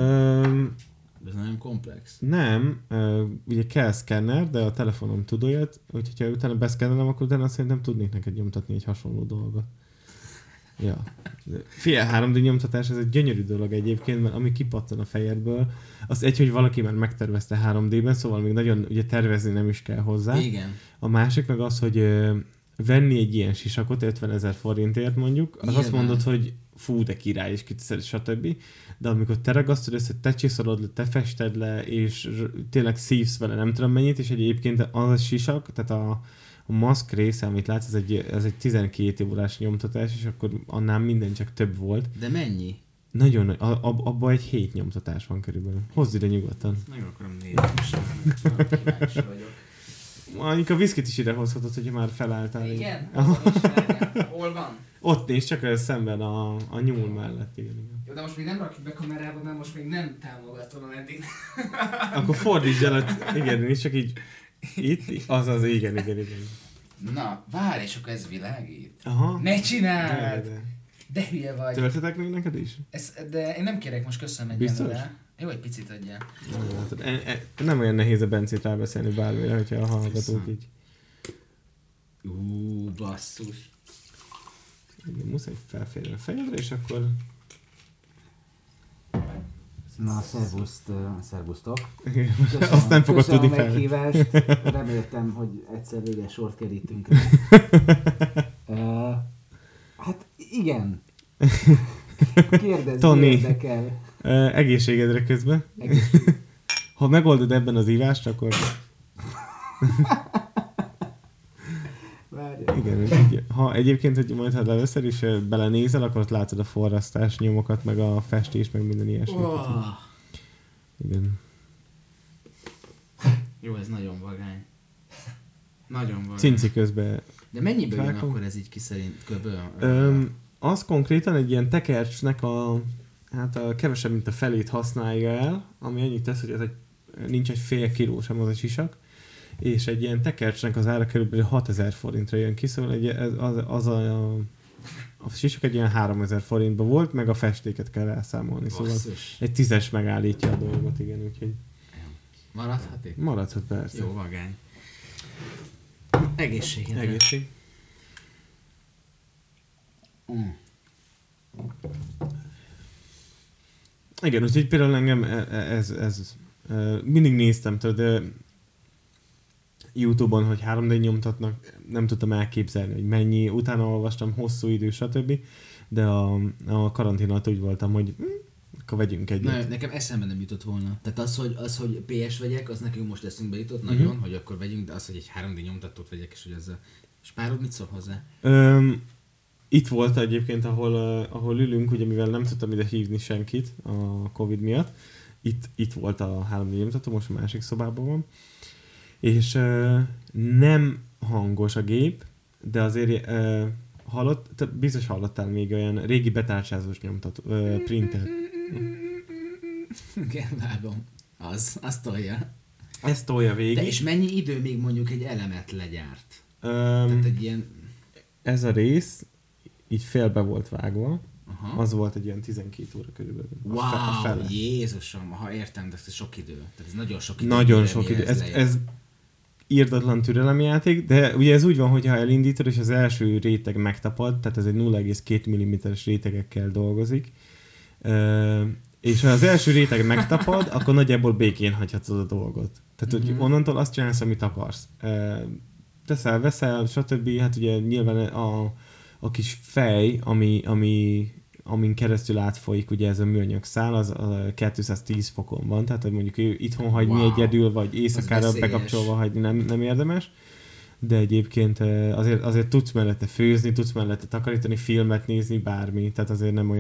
Ez nagyon komplex. Nem, ugye kell szkenner, de a telefonom tud olyat, úgyhogy ha utána beszkennelem, akkor utána szerintem tudnék neked nyomtatni egy hasonló dolgot. Ja. Figyelj, 3D nyomtatás, ez egy gyönyörű dolog egyébként, mert ami kipattan a fejedből, az egy, hogy valaki már megtervezte 3D-ben, szóval még nagyon ugye tervezni nem is kell hozzá. Igen. A másik meg az, hogy venni egy ilyen sisakot 50 000 forintért mondjuk, az nyilván. azt mondod, hogy fú, de király, és kiteszed, stb. De amikor te ragasztod össze, te csiszolod le, te fested le, és tényleg szívsz vele nem tudom mennyit, és egyébként az a sisak, tehát a maszk része, amit látsz, ez egy 12 órás nyomtatás, és akkor annál minden csak több volt. De mennyi? Nagyon nagy, abban egy 7 nyomtatás van körülbelül. Hozd ide nyugodtan. Nagyon akarom nézni, most kíváncsi vagyok. Mondjuk a viszkit is ide hozhatod, hogyha már felálltál. Igen? Hol van? Ott nézd, csak szemben a nyúl mellett. Igen. Jó, de most még nem rakjuk be kamerába, mert most még nem támogatom eddig. Akkor fordítsd el, igen, nézd csak így. Itt, azaz, igen. Na, várj, és akkor ez világít. Aha. Ne csináld! De hülye vagy. Töltetek még neked is? De én nem kérek most, köszönöm egyenlőre. Jó, egy picit adjál. Nem olyan nehéz a Bencét rábeszélni bármire, hogyha a hallgatók így. Basszus. Igen, muszáj felférni a fejedre, és akkor... Na, szervusztok. Azt nem fogod tudni fel. Meghívást. Reméltem, hogy egyszer végre sort kerítünk rá. Hát igen. Kérdezz, Tony, érdekel. Egészségedre közben. Ha megoldod ebben az ívást, akkor... Igen, ha egyébként, hogy majd ha először is belenézel, akkor ott látod a forrasztás nyomokat, meg a festés, meg minden ilyesmi. Igen. Jó, ez nagyon vagány. Nagyon vagány. Cinci közben. De mennyibe jön akkor ez így ki szerint köböl? Az konkrétan egy ilyen tekercsnek a kevesebb, mint a felét használja el, ami annyit tesz, hogy ez nincs egy fél kiló sem az a sisak, és egy ilyen tekercsnek az ára körülbelül 6000 forintra jön ki, szóval a sisak egy ilyen 3000 forintba volt, meg a festéket kell elszámolni, szóval egy 10-es megállítja a dolgot, igen, úgyhogy... Maradhat itt? Maradhat, persze. Jó vagány. Egészségedre. Egészség. Igen, úgyhogy például engem ez mindig néztem, tudod, YouTube-on, hogy 3D nyomtatnak, nem tudtam elképzelni, hogy mennyi, utána olvastam hosszú idő, stb. De a karantén alatt úgy voltam, hogy akkor vegyünk egyet. Nekem eszembe nem jutott volna. Tehát az, hogy PS vegyek, az nekünk most eszünkbe jutott nagyon, hogy akkor vegyünk, de az, hogy egy 3D nyomtatót vegyek, és hogy ezzel... És párod mit szól hozzá? Itt volt egyébként, ahol ülünk, ugye mivel nem tudtam ide hívni senkit a Covid miatt, itt volt a 3D nyomtató, most a másik szobában van, és nem hangos a gép, de azért biztos hallottál még olyan régi betárcsázós nyomtató, printer. Igen, vágom. Az tolja. Ez tolja végig. De és mennyi idő még mondjuk egy elemet legyárt? Tehát egy ilyen... Ez a rész így félbe volt vágva. Aha. Az volt egy ilyen 12 óra körülbelül. Wow, Jézusom, ha értem, de ez sok idő. Tehát ez nagyon sok idő. Nagyon sok idő. Ez írdatlan türelemjáték, de ugye ez úgy van, hogy ha elindítod, és az első réteg megtapad, tehát ez egy 0,2 mm-es rétegekkel dolgozik, és ha az első réteg megtapad, akkor nagyjából békén hagyhatsz a dolgot. Tehát hogy onnantól azt csinálsz, amit akarsz. Teszel, veszel, stb. Hát ugye nyilván a kis fej, amin keresztül átfolyik ugye ez a műanyag szál, az 210 fokon van, tehát hogy mondjuk itthon hagyni egyedül, vagy éjszakára bekapcsolva hagyni nem érdemes, de egyébként azért tudsz mellette főzni, tudsz mellette takarítani, filmet nézni, bármi, tehát azért nem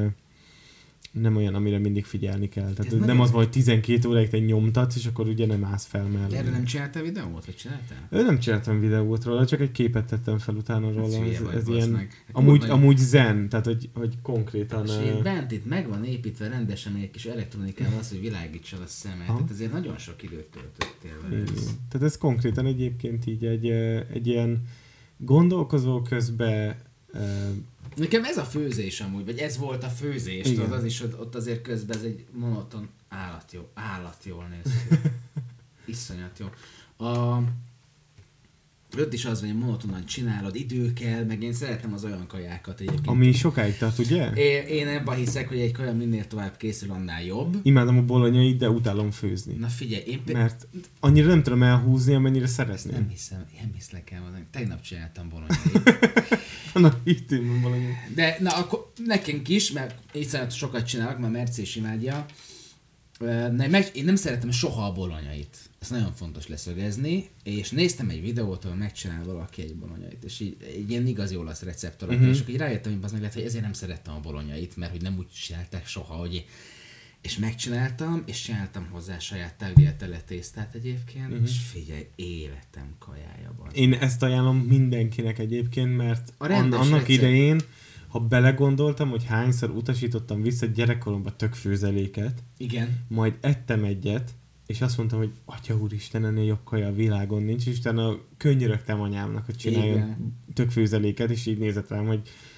olyan, amire mindig figyelni kell. Tehát nem az van, hogy 12 óráig te nyomtatsz, és akkor ugye nem állsz fel mellé. Erről nem csináltál videót, vagy csináltál? Nem csináltam videót róla, csak egy képet tettem fel utána róla. Ez ilyen, meg. amúgy zen, tehát hogy konkrétan... És bent itt meg van építve rendesen egy kis elektronikával az, hogy világítsa a szemet. Tehát ezért nagyon sok időt töltöttél vele. Tehát ez konkrétan egyébként így egy ilyen gondolkozó közben... Nekem ez a főzés amúgy, vagy ez volt a főzés, tudod, az is, ott azért közben ez egy monoton állat jól néz ki. Iszonyat jó. Ott is az, hogy monotonan csinálod, idő kell, meg én szeretem az olyan kajákat egyébként. Ami sokáig tart, ugye? Én ebben hiszek, hogy egy kaja minél tovább készül, annál jobb. Imádom a bolonyait, de utálom főzni. Na figyelj, mert annyira nem tudom elhúzni, amennyire szeretném. Nem hiszlek el mondani. Tegnap csináltam bolonyait. Na, itt van valami. De na, akkor nekünk is, mert így sokat csinálok, mert Merci is imádja. Én nem szeretem soha a bolonyait. Ez nagyon fontos leszögezni, és néztem egy videót, ahol megcsinál valaki egy bolonyait, és így egy ilyen igazi olasz recept alapján, és akkor így rájöttem, hogy az meg lehet, hogy ezért nem szerettem a bolonyait, mert hogy nem úgy csinálták soha, hogy és megcsináltam, és csináltam hozzá saját tagliatelle tésztát egyébként, és figyelj, életem kajája van. Én ezt ajánlom mindenkinek egyébként, mert annak recept. Idején, ha belegondoltam, hogy hányszor utasítottam vissza gyerekkoromban tök főzeléket, igen. Majd ettem egyet, és azt mondtam, hogy Atya úristen, ennél jobb kaja a világon nincs, és utána könnyörögtem anyámnak, hogy csináljon tök főzeléket, és így nézett rám, hogy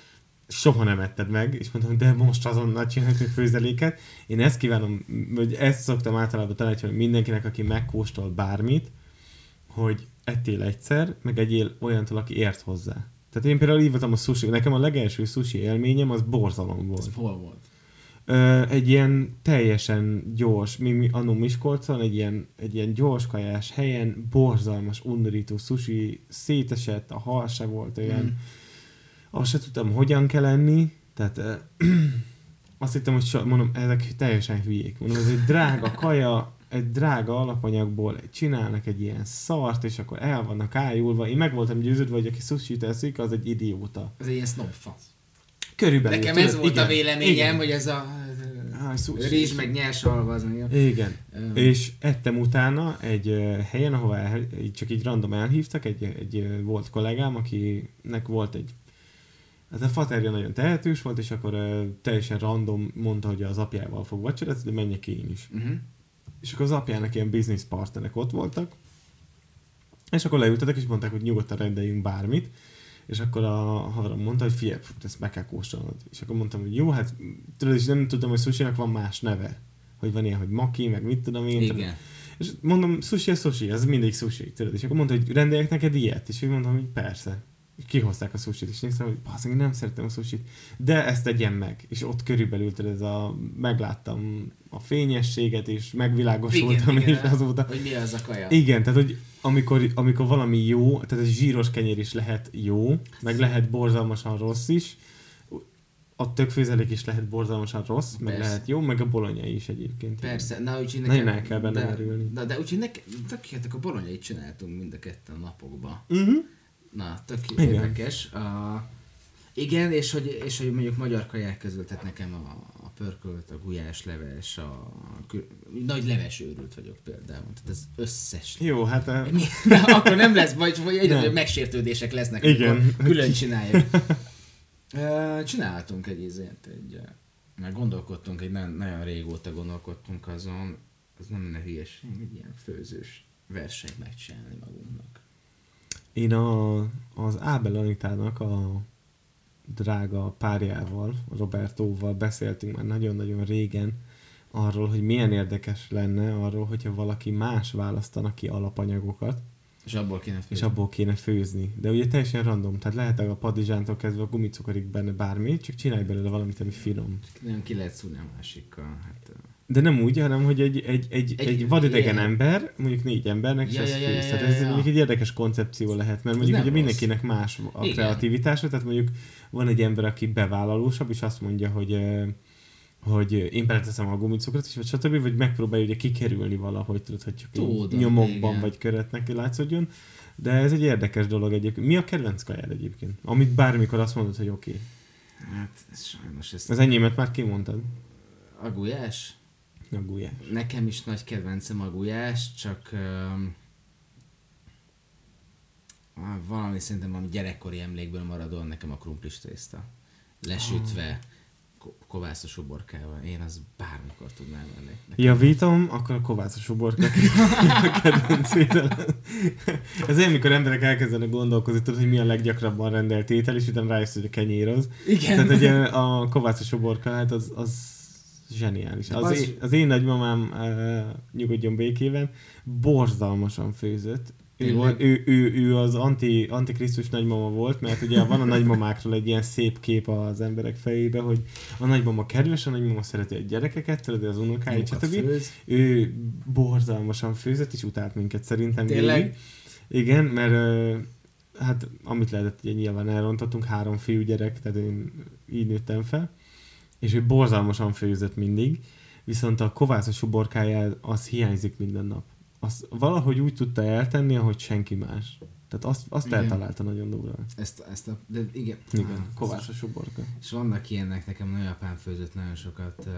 soha nem etted meg, és mondtam, de most azonnal csináljuk egy főzeléket. Én ezt kívánom, vagy ezt szoktam általában tanácsolni mindenkinek, aki megkóstol bármit, hogy ettél egyszer, meg egyél olyantól, aki ért hozzá. Tehát én például így voltam a sushi, nekem a legelső sushi élményem az borzalom volt. Ez hol volt? Egy ilyen teljesen gyors, mi annó Miskolcon, egy ilyen gyors kajás helyen, borzalmas, undorító sushi, szétesett, a hal se volt olyan, azt se tudtam, hogyan kell enni, tehát azt hittem, hogy mondom, ezek teljesen hülyék. Mondom, ez egy drága kaja, egy drága alapanyagból csinálnak egy ilyen szart, és akkor el vannak ájulva. Én meg voltam győződve, hogy aki sushi-t eszik, az egy idióta. Az egy ilyen sznobfasz. Körülbelül. Nekem ez volt a véleményem, hogy ez a rizs meg nyers halva az még. Igen. És ettem utána egy helyen, ahová csak így random elhívtak, egy volt kollégám, akinek volt egy hát a faterja nagyon tehetős volt, és akkor teljesen random mondta, hogy az apjával fog vacsorázni, de menjek én is. És akkor az apjának ilyen business partnerek ott voltak, és akkor leültetek, és mondták, hogy nyugodtan rendeljünk bármit, és akkor a haverom mondta, hogy figyelj, ezt meg kell kóstolnod. És akkor mondtam, hogy jó, hát tudod, és nem tudtam, hogy sushinak van más neve. Hogy van ilyen, hogy maki, meg mit tudom én. Igen. És mondom, sushi, ez mindig sushi, tudod. És akkor mondta, hogy rendeljek neked ilyet. És én mondtam, hogy persze. És kihozták a sushit, és néztem, hogy én nem szeretem a sushit, de ezt tegyen meg. És ott körülbelül megláttam a fényességet, és megvilágosultam, igen, és azóta... Hogy mi az a kaja. Igen, tehát hogy amikor valami jó, tehát egy zsíros kenyér is lehet jó, meg lehet borzalmasan rossz is, a tökfőzelék is lehet borzalmasan rossz, meg persze. Lehet jó, meg a bolonyai is egyébként. Persze, na úgyhogy nekem... Nagyon el kell benne merülni. De úgyhogy nekem a bolonyait csináltunk mind a ketten a napokban. Na, tök érdekes. Igen, és hogy mondjuk magyar kaják közül, tehát nekem a pörkölt, a gulyásleves, nagy leves őrült vagyok például. Tehát az összes. Jó, hát... De akkor nem lesz, vagy egyre nagyobb megsértődések lesznek, igen. Amikor külön csináljuk. Csináltunk már gondolkodtunk, nagyon régóta gondolkodtunk azon, az nem lenne hülyeség, egy ilyen főzős versenyt megcsinálni magunknak. Én az Ábel Anitának a drága párjával, Robertóval beszéltünk már nagyon-nagyon régen arról, hogy milyen érdekes lenne arról, hogyha valaki más választana ki alapanyagokat, és abból kéne főzni. De ugye teljesen random, tehát lehet a padizsántól kezdve a gumicukorig benne bármi, csak csinálj belőle valamit, ami finom. Nem ki lehet szúrni a másikkal. Hát, de nem úgy, hanem hogy egy vadidegen ember, mondjuk 4 embernek, és ezt főz. Tehát ez mondjuk egy érdekes koncepció lehet, mert mondjuk ugye mindenkinek más a kreativitása, tehát mondjuk van egy ember, aki bevállalósabb, és azt mondja, hogy én beleteszem a gumicukrot is, vagy stb., vagy megpróbálja ugye kikerülni valahogy, tudod, hogy csak nyomokban igen. Vagy köretnek látszódjon. De ez egy érdekes dolog egyébként. Mi a kedvenc kajád egyébként? Amit bármikor azt mondod, hogy oké. Hát sajnos ezt... Az enyémet már kimondtad. A gulyás? A gulyás. Nekem is nagy kedvencem a gulyás, csak valami szerintem valami gyerekkori emlékből maradóan nekem a krumplis tészta. Lesütve, kovászos uborkával. Én az bármikor tudnám enni. Javítom, akkor a kovászos uborka a kedvenc ételem. Ez olyan, mikor emberek elkezdenek gondolkozni, tudod, hogy mi a leggyakrabban rendelt étel, és utána rájössz, hogy a kenyér az. Igen. Tehát ugye a kovászos uborka, hát az zseniális. Az én nagymamám nyugodjon békében, borzalmasan főzött. Ő az antikrisztus nagymama volt, mert ugye van a nagymamákról egy ilyen szép kép az emberek fejébe, hogy a nagymama kedves, a nagymama szereti a gyerekeket, tudod, az unokáit, stb. Ő borzalmasan főzött, és utált minket szerintem. Tényleg? Igen, mert hát amit lehetett, ugye nyilván elrontottunk, 3 fiúgyerek, tehát én így nőttem fel, és ő borzalmasan főzött mindig, viszont a kovászos uborkája az hiányzik minden nap. Azt valahogy úgy tudta eltenni, ahogy senki más. Tehát azt eltalálta nagyon durva. De igen. Igen, kovászos uborka. És vannak ilyenek, nekem nagyapám főzött nagyon sokat,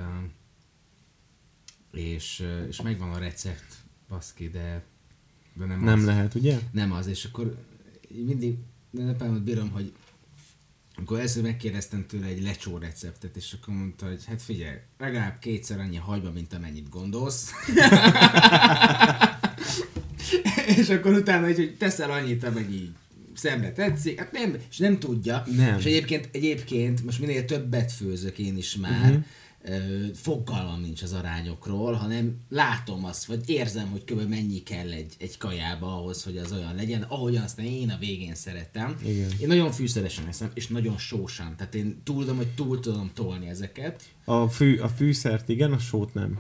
és megvan a recept, baszki, de nem az. Lehet, ugye? Nem az, és akkor mindig nagyapámat bírom, hogy amikor először megkérdeztem tőle egy lecsó receptet, és akkor mondta, hogy hát figyelj, legalább 2-szer annyi hagyma, mint amennyit gondolsz. És akkor utána, hogy teszel annyit, amennyi szemre tetszik, hát nem, és nem tudja. Nem. És egyébként most minél többet főzök én is már, fogalmam nincs az arányokról, hanem látom azt, vagy érzem, hogy kb. Mennyi kell egy kajába ahhoz, hogy az olyan legyen, ahogyan azt én a végén szeretem. Igen. Én nagyon fűszeresen eszem, és nagyon sósan. Tehát én tudom, hogy túl tudom tolni ezeket. A fűszert igen, a sót nem.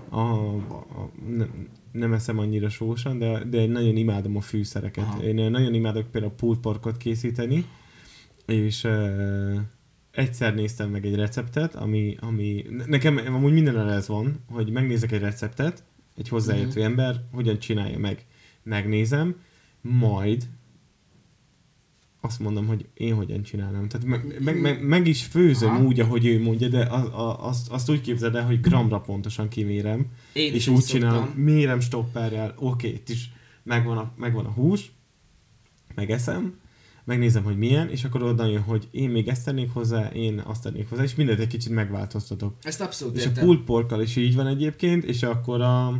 Nem eszem annyira sósan, de nagyon imádom a fűszereket. Aha. Én nagyon imádok például pulled porkot készíteni, és egyszer néztem meg egy receptet, ami nekem amúgy mindenre ez van, hogy megnézek egy receptet, egy hozzáértő ember, hogyan csinálja meg. Megnézem, majd azt mondom, hogy én hogyan csinálom. Tehát meg is főzöm úgy, ahogy ő mondja, de azt úgy képzeld el, hogy gramra pontosan kimérem, én és úgy csinálom, mérem stopperrel, oké, itt is megvan a hús, megeszem, megnézem, hogy milyen, és akkor oda jön, hogy én még ezt tennék hozzá, én azt tennék hozzá, és mindent egy kicsit megváltoztatok. Ezt abszolút és értem. A pulled porkkal is így van egyébként, és akkor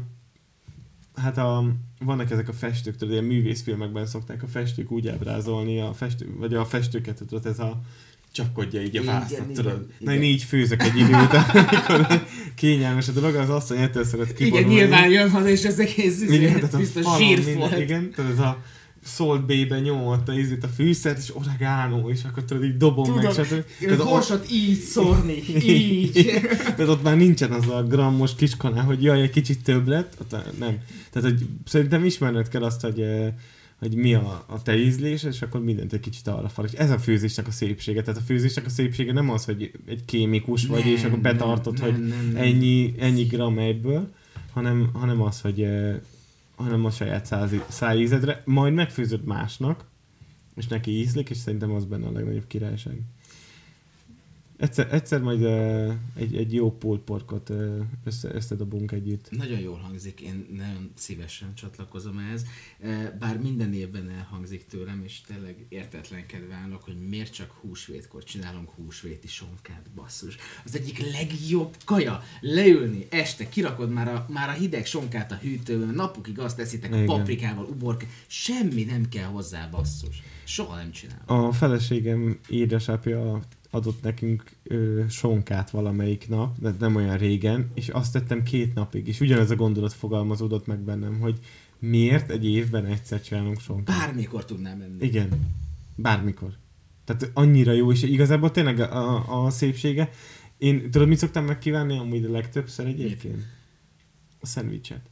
vannak ezek a festők, tudod, ilyen művészfilmekben szokták a festők úgy ábrázolni, vagy a festőket, tudod, ez a csapkodja így a vászat, tudod. Na én így főzök egy idő után, amikor kényelmes a dolog, az asszony ettől szokott kiborulni. Igen, nyilván jön haza, és ez egész biztos zsírfolt. Igen, tudod, ez a Salt Bay-ben nyomotta a fűszert, és oregano, és akkor tudod, így dobom meg, stb. Tudom, gorsot így szórni, így. Tehát ott már nincsen az a grammos kiskanál, hogy jaj, egy kicsit több lett, nem. Tehát, hogy szerintem ismerned kell azt, hogy mi a te ízlés, és akkor mindent egy kicsit arra fal. És ez a főzésnek a szépsége. Tehát a főzésnek a szépsége nem az, hogy egy kémikus vagy, és akkor betartod, hogy ennyi gram egyből, hanem az, hogy hanem a saját szájízedre, majd megfőzöd másnak, és neki ízlik, és szerintem az benne a legnagyobb királyság. Egyszer majd egy jó pulled porkot összedobunk együtt. Nagyon jól hangzik, én nagyon szívesen csatlakozom ehhez, bár minden évben elhangzik tőlem, és tényleg értetlenkedve állok, hogy miért csak húsvétkor csinálunk húsvéti sonkát, basszus. Az egyik legjobb kaja, leülni este, kirakod már a hideg sonkát a hűtőben, napokig azt teszitek a paprikával, uborka, semmi nem kell hozzá, basszus. Soha nem csinálom. A feleségem édesapja adott nekünk sonkát valamelyik nap, de nem olyan régen, és azt tettem 2 napig, és ugyanez a gondolat fogalmazódott meg bennem, hogy miért egy évben egyszer csinálunk sonkát. Bármikor tudnám menni. Igen, bármikor. Tehát annyira jó, és igazából tényleg a szépsége. Én tudod, mit szoktam megkívánni amúgy a legtöbbször egyébként? A szendvicset.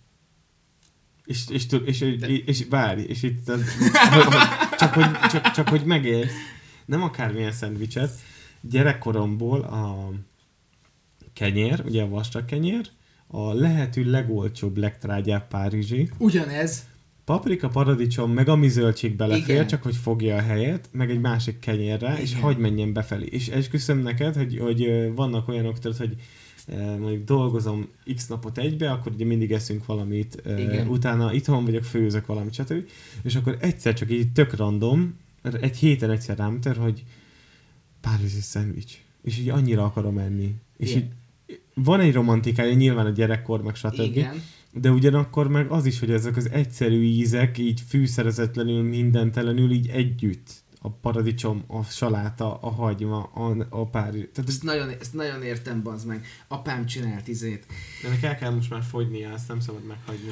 És várj, és itt csak hogy megérsz. Nem akármilyen szendvicset. Gyerekkoromból a kenyér, ugye a vastag kenyér, a lehető legolcsóbb, legtrágyább párizsi. Ugyanez. Paprika, paradicsom, meg ami zöldség belefér, igen. Csak hogy fogja a helyet, meg egy másik kenyérre, igen. És hadd menjen befelé. És esküszöm neked, hogy vannak olyanok, tehát, hogy mondjuk dolgozom x napot egybe, akkor ugye mindig eszünk valamit, utána itthon vagyok, főzök valamit, stb. És akkor egyszer csak így tök random, egy héten egyszer rám tör, hogy párizsi szendvics. És így annyira akarom enni. És így van egy romantikája nyilván a gyerekkor, meg stb. Igen. De ugyanakkor meg az is, hogy ezek az egyszerű ízek, így fűszerezetlenül, mindentelenül így együtt. A paradicsom, a saláta, a hagyma, a párizsi. Ezt nagyon értem, bazd meg. Apám csinált izét. De ennek el kell most már fogynia, ezt nem szabad meghagyni.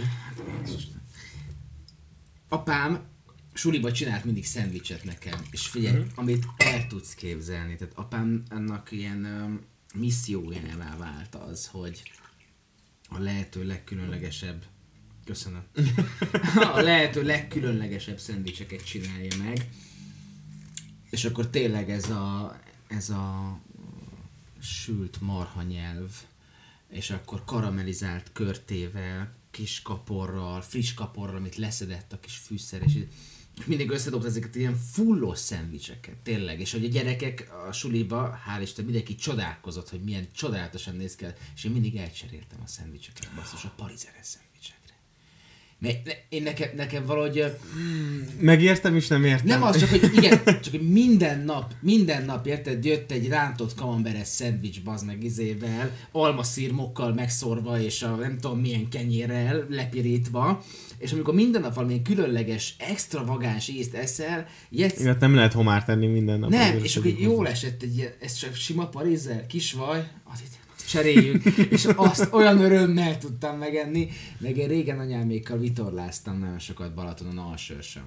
Apám suliba csinált mindig szendvicset nekem, és figyelj, amit el tudsz képzelni, tehát apám annak ilyen missziójává vált az, hogy a lehető legkülönlegesebb, köszönöm, a lehető legkülönlegesebb szendvicseket csinálja meg, és akkor tényleg ez a sült marhanyelv, és akkor karamellizált körtével, kis kaporral, friss kaporral, amit leszedett a kis fűszer, és mindig összedobta ezeket ilyen fullos szendvicseket, tényleg. És hogy a gyerekek a suliba, hál' Isten, mindenki csodálkozott, hogy milyen csodálatosan néz ki, és én mindig elcseréltem a szendvicseket, basszus, a parizeres szendvicsekre. Nekem valahogy... Megértem és nem értem. Nem az, csak hogy igen, csak hogy minden nap érted, jött egy rántott kamemberes szendvics, bazd meg izével, almaszírmokkal megszorva, és a nem tudom milyen kenyérrel lepirítva, és amikor minden nap valamilyen különleges, extravagáns ízt eszel, ilyet nem lehet homár tenni minden nap. Nem, és akkor jól esett ez csak sima parizel, kis vaj, az itt cseréljük, és azt olyan örömmel tudtam megenni, meg én régen anyámékkal vitorláztam nagyon sokat Balatonon Alsőrsön.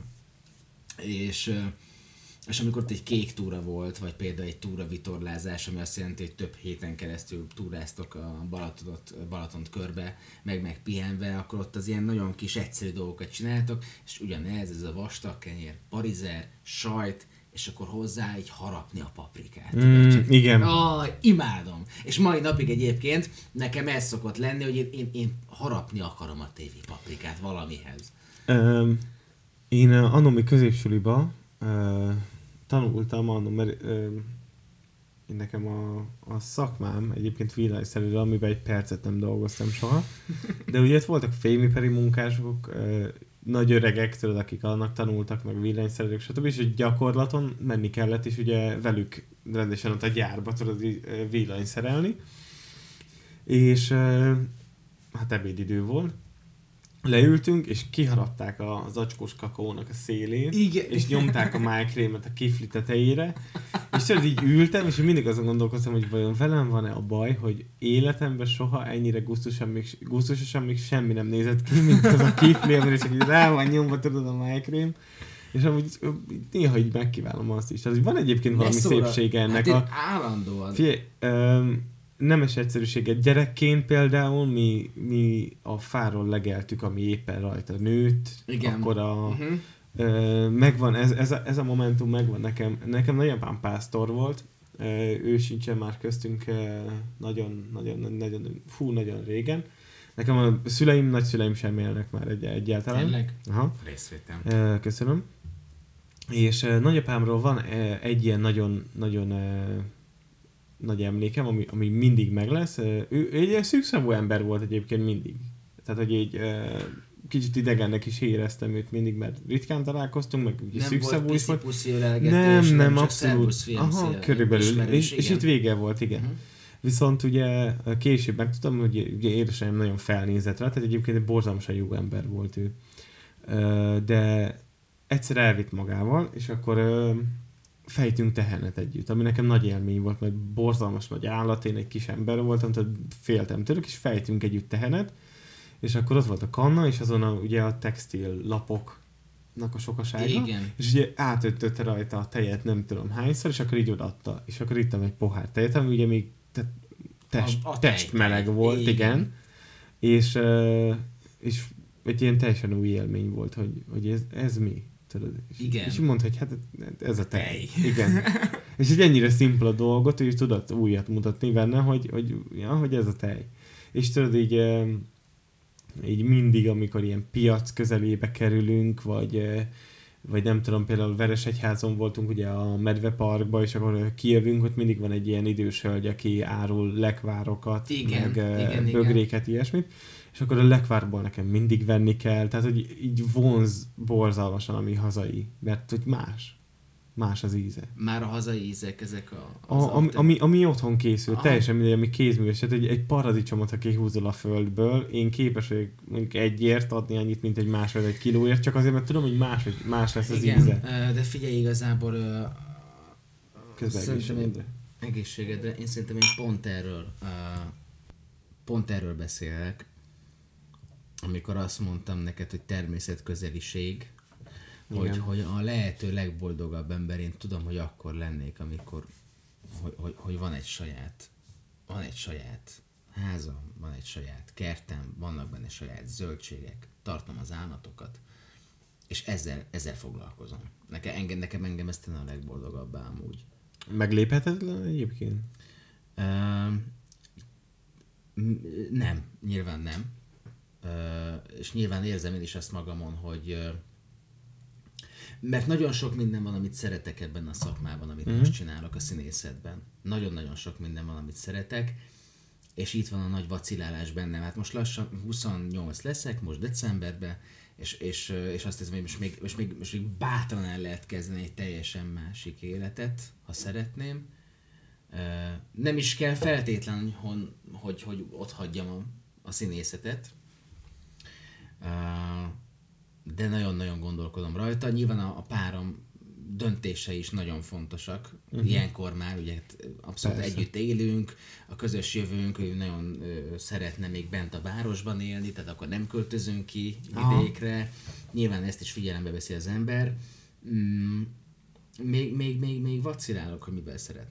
És amikor ott egy kék túra volt, vagy például egy túra vitorlázás, ami azt jelenti, hogy több héten keresztül túráztok a Balatont körbe, meg pihenve, akkor ott az ilyen nagyon kis egyszerű dolgokat csináltok, és ugyanez, ez a vastag kenyér, parizer, sajt, és akkor hozzá így harapni a paprikát. Igen. Imádom. És mai napig egyébként nekem ez szokott lenni, hogy én harapni akarom a tévi paprikát valamihez. Én annomi középsuliba tanultam, mert nekem a szakmám egyébként villanyszerelő, amiben egy percet nem dolgoztam soha, de ugye ott voltak fémipari munkások, nagy öregek, tudod, akik annak tanultak, meg villanyszerelők, stb. És hogy gyakorlaton menni kellett, és ugye velük rendesen ott a gyárba tudod villanyszerelni. És hát ebédidő volt. Leültünk, és kiharapták az acskós kakaónak a szélén, igen. És nyomták a májkrémet a kifli tetejére, és tudod, így ültem, és mindig azon gondolkoztam, hogy vajon velem van-e a baj, hogy életemben soha ennyire gusztusosan még semmi nem nézett ki, mint az a kifli, amire csak így rá van nyomva, tudod, a májkrém. És amúgy néha így megkívánom azt is. Tehát, hogy van egyébként valami szépsége ennek hát állandóan. Figyelj, nemes egyszerűséget. Gyerekként például mi a fáról legeltük, ami éppen rajta nőtt. Igen. Akkor megvan, ez a momentum megvan nekem. Nekem nagyapám pásztor volt. Ő sincsen már köztünk nagyon régen. Nekem a szüleim, nagyszüleim sem élnek már egyáltalán. Tényleg? Aha. Részvétem. Köszönöm. És nagyapámról van egy ilyen nagyon nagy emlékem, ami mindig meg lesz. Ő egy ilyen szűkszavú ember volt egyébként mindig. Tehát, hogy egy kicsit idegennek is éreztem őt mindig, mert ritkán találkoztunk, meg ugye szűkszavú is volt. Nem, abszolút. Aha, körülbelül. És itt vége volt, igen. Uh-huh. Viszont ugye később megtudtam, hogy ugye édesanyám nagyon felnézett rá, tehát egyébként egy borzalmasan jó ember volt ő. De egyszer elvitt magával, és akkor fejtünk tehenet együtt, ami nekem nagy élmény volt, mert borzalmas nagy állat, én egy kis ember voltam, tehát féltem tőlük, és fejtünk együtt tehenet, és akkor ott volt a kanna, és azon ugye a textil lapoknak a sokasága, igen. És ugye átöntötte rajta a tejet nem tudom hányszor, és akkor így odaadta, és akkor ittam egy pohár tejet, ami ugye még testmeleg volt, igen. És egy ilyen teljesen új élmény volt, hogy ez mi? Tudod? És mondta, hogy hát ez a tej. Igen. És egy ennyire szimpla dolgot, hogy tudod újat mutatni benne, hogy ez a tej. És tudod, így mindig, amikor ilyen piac közelébe kerülünk, vagy nem tudom, például Veresegyházon voltunk ugye a Medveparkba, és akkor kijövünk, ott mindig van egy ilyen idős hölgy, aki árul lekvárokat, meg bögréket, ilyesmit. És akkor a lekvárból nekem mindig venni kell, tehát hogy így vonz borzalmasan, ami hazai, mert hogy más az íze. Már a hazai ízek, ezek ami otthon készül, teljesen mindegy, ami kézműves, tehát egy paradicsomot, ha kihúzol a földből, én képes vagyok mondjuk egyért adni annyit, mint egy más vagy egy kilóért, csak azért, mert tudom, hogy más lesz az íze. De figyelj, igazából közben egészségedre, én szerintem pont erről beszélek, amikor azt mondtam neked, hogy természetközeliség, hogy a lehető legboldogabb ember, én tudom, hogy akkor lennék, amikor hogy van egy saját házam, van egy saját kertem, vannak benne saját zöldségek, tartom az állatokat, és ezzel foglalkozom. Nekem ez tenne a legboldogabbá amúgy. Megléphetetlen egyébként? Nem, nyilván nem. És nyilván érzem én is azt magamon, hogy mert nagyon sok minden van, amit szeretek ebben a szakmában, amit most csinálok a színészetben. Nagyon-nagyon sok minden van, amit szeretek, és itt van a nagy vacillálás bennem. Hát most lassan 28 leszek, most decemberben, és azt hiszem, hogy most még bátran el lehet kezdeni egy teljesen másik életet, ha szeretném. Nem is kell feltétlenül, hogy ott hagyjam a színészetet, de nagyon-nagyon gondolkodom rajta. Nyilván a párom döntései is nagyon fontosak. Ilyenkor már ugye abszolút persze együtt élünk, a közös jövőnk, ő nagyon szeretne még bent a városban élni, tehát akkor nem költözünk ki vidékre. Nyilván ezt is figyelembe veszi az ember. Még vacilálok, hogy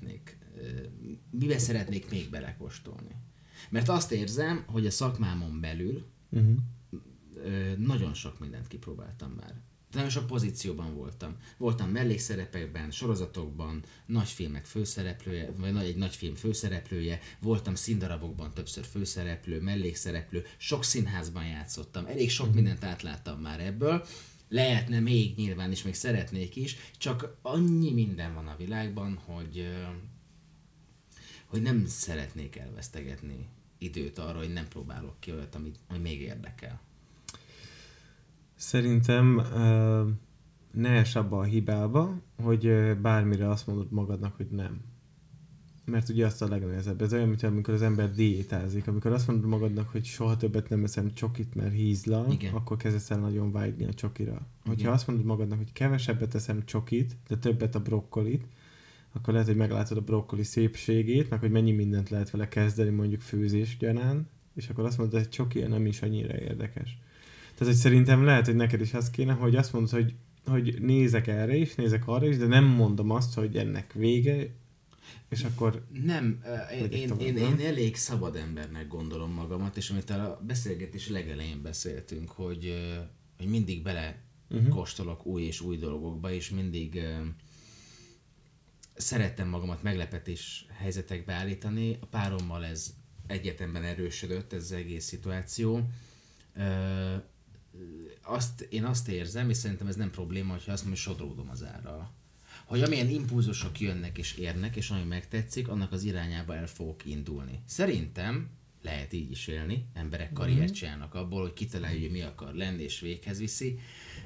mivel szeretnék még belekóstolni. Mert azt érzem, hogy a szakmámon belül nagyon sok mindent kipróbáltam már. Nagyon sok pozícióban voltam. Voltam mellékszerepekben, sorozatokban, nagyfilmek főszereplője, vagy egy nagyfilm főszereplője, voltam színdarabokban többször főszereplő, mellékszereplő, sok színházban játszottam, elég sok mindent átláttam már ebből. Lehetne még nyilván is, még szeretnék is, csak annyi minden van a világban, hogy nem szeretnék elvesztegetni időt arra, hogy nem próbálok ki olyat, ami még érdekel. Szerintem ne ess abba a hibába, hogy bármire azt mondod magadnak, hogy nem. Mert ugye azt a legnehezebb. Ez olyan, mint amikor az ember diétázik. Amikor azt mondod magadnak, hogy soha többet nem eszem csokit, mert hízlal, igen, akkor kezdesz el nagyon vágyni a csokira. Igen. Hogyha azt mondod magadnak, hogy kevesebbet eszem csokit, de többet a brokkolit, akkor lehet, hogy meglátod a brokkoli szépségét, meg hogy mennyi mindent lehet vele kezdeni, mondjuk főzés gyanán, és akkor azt mondod, hogy csoki nem is annyira érdekes. Tehát, hogy szerintem lehet, hogy neked is az kéne, hogy azt mondod, hogy nézek erre is, nézek arra is, de nem mondom azt, hogy ennek vége, és akkor... Nem, én elég szabad embernek gondolom magamat, és amit a beszélgetés legelején beszéltünk, hogy mindig bele kóstolok új és új dolgokba, és mindig szerettem magamat meglepetés helyzetekbe állítani. A párommal ez egyetemben erősödött, ez az egész szituáció. Én azt érzem, és szerintem ez nem probléma, hogyha azt mondom, hogy sodródom az árral. Hogy amilyen impulzusok jönnek és érnek, és ami megtetszik, annak az irányába el fogok indulni. Szerintem lehet így is élni, emberek karriert csinálnak abból, hogy kitalálja, hogy mi akar lenni, és véghez viszi.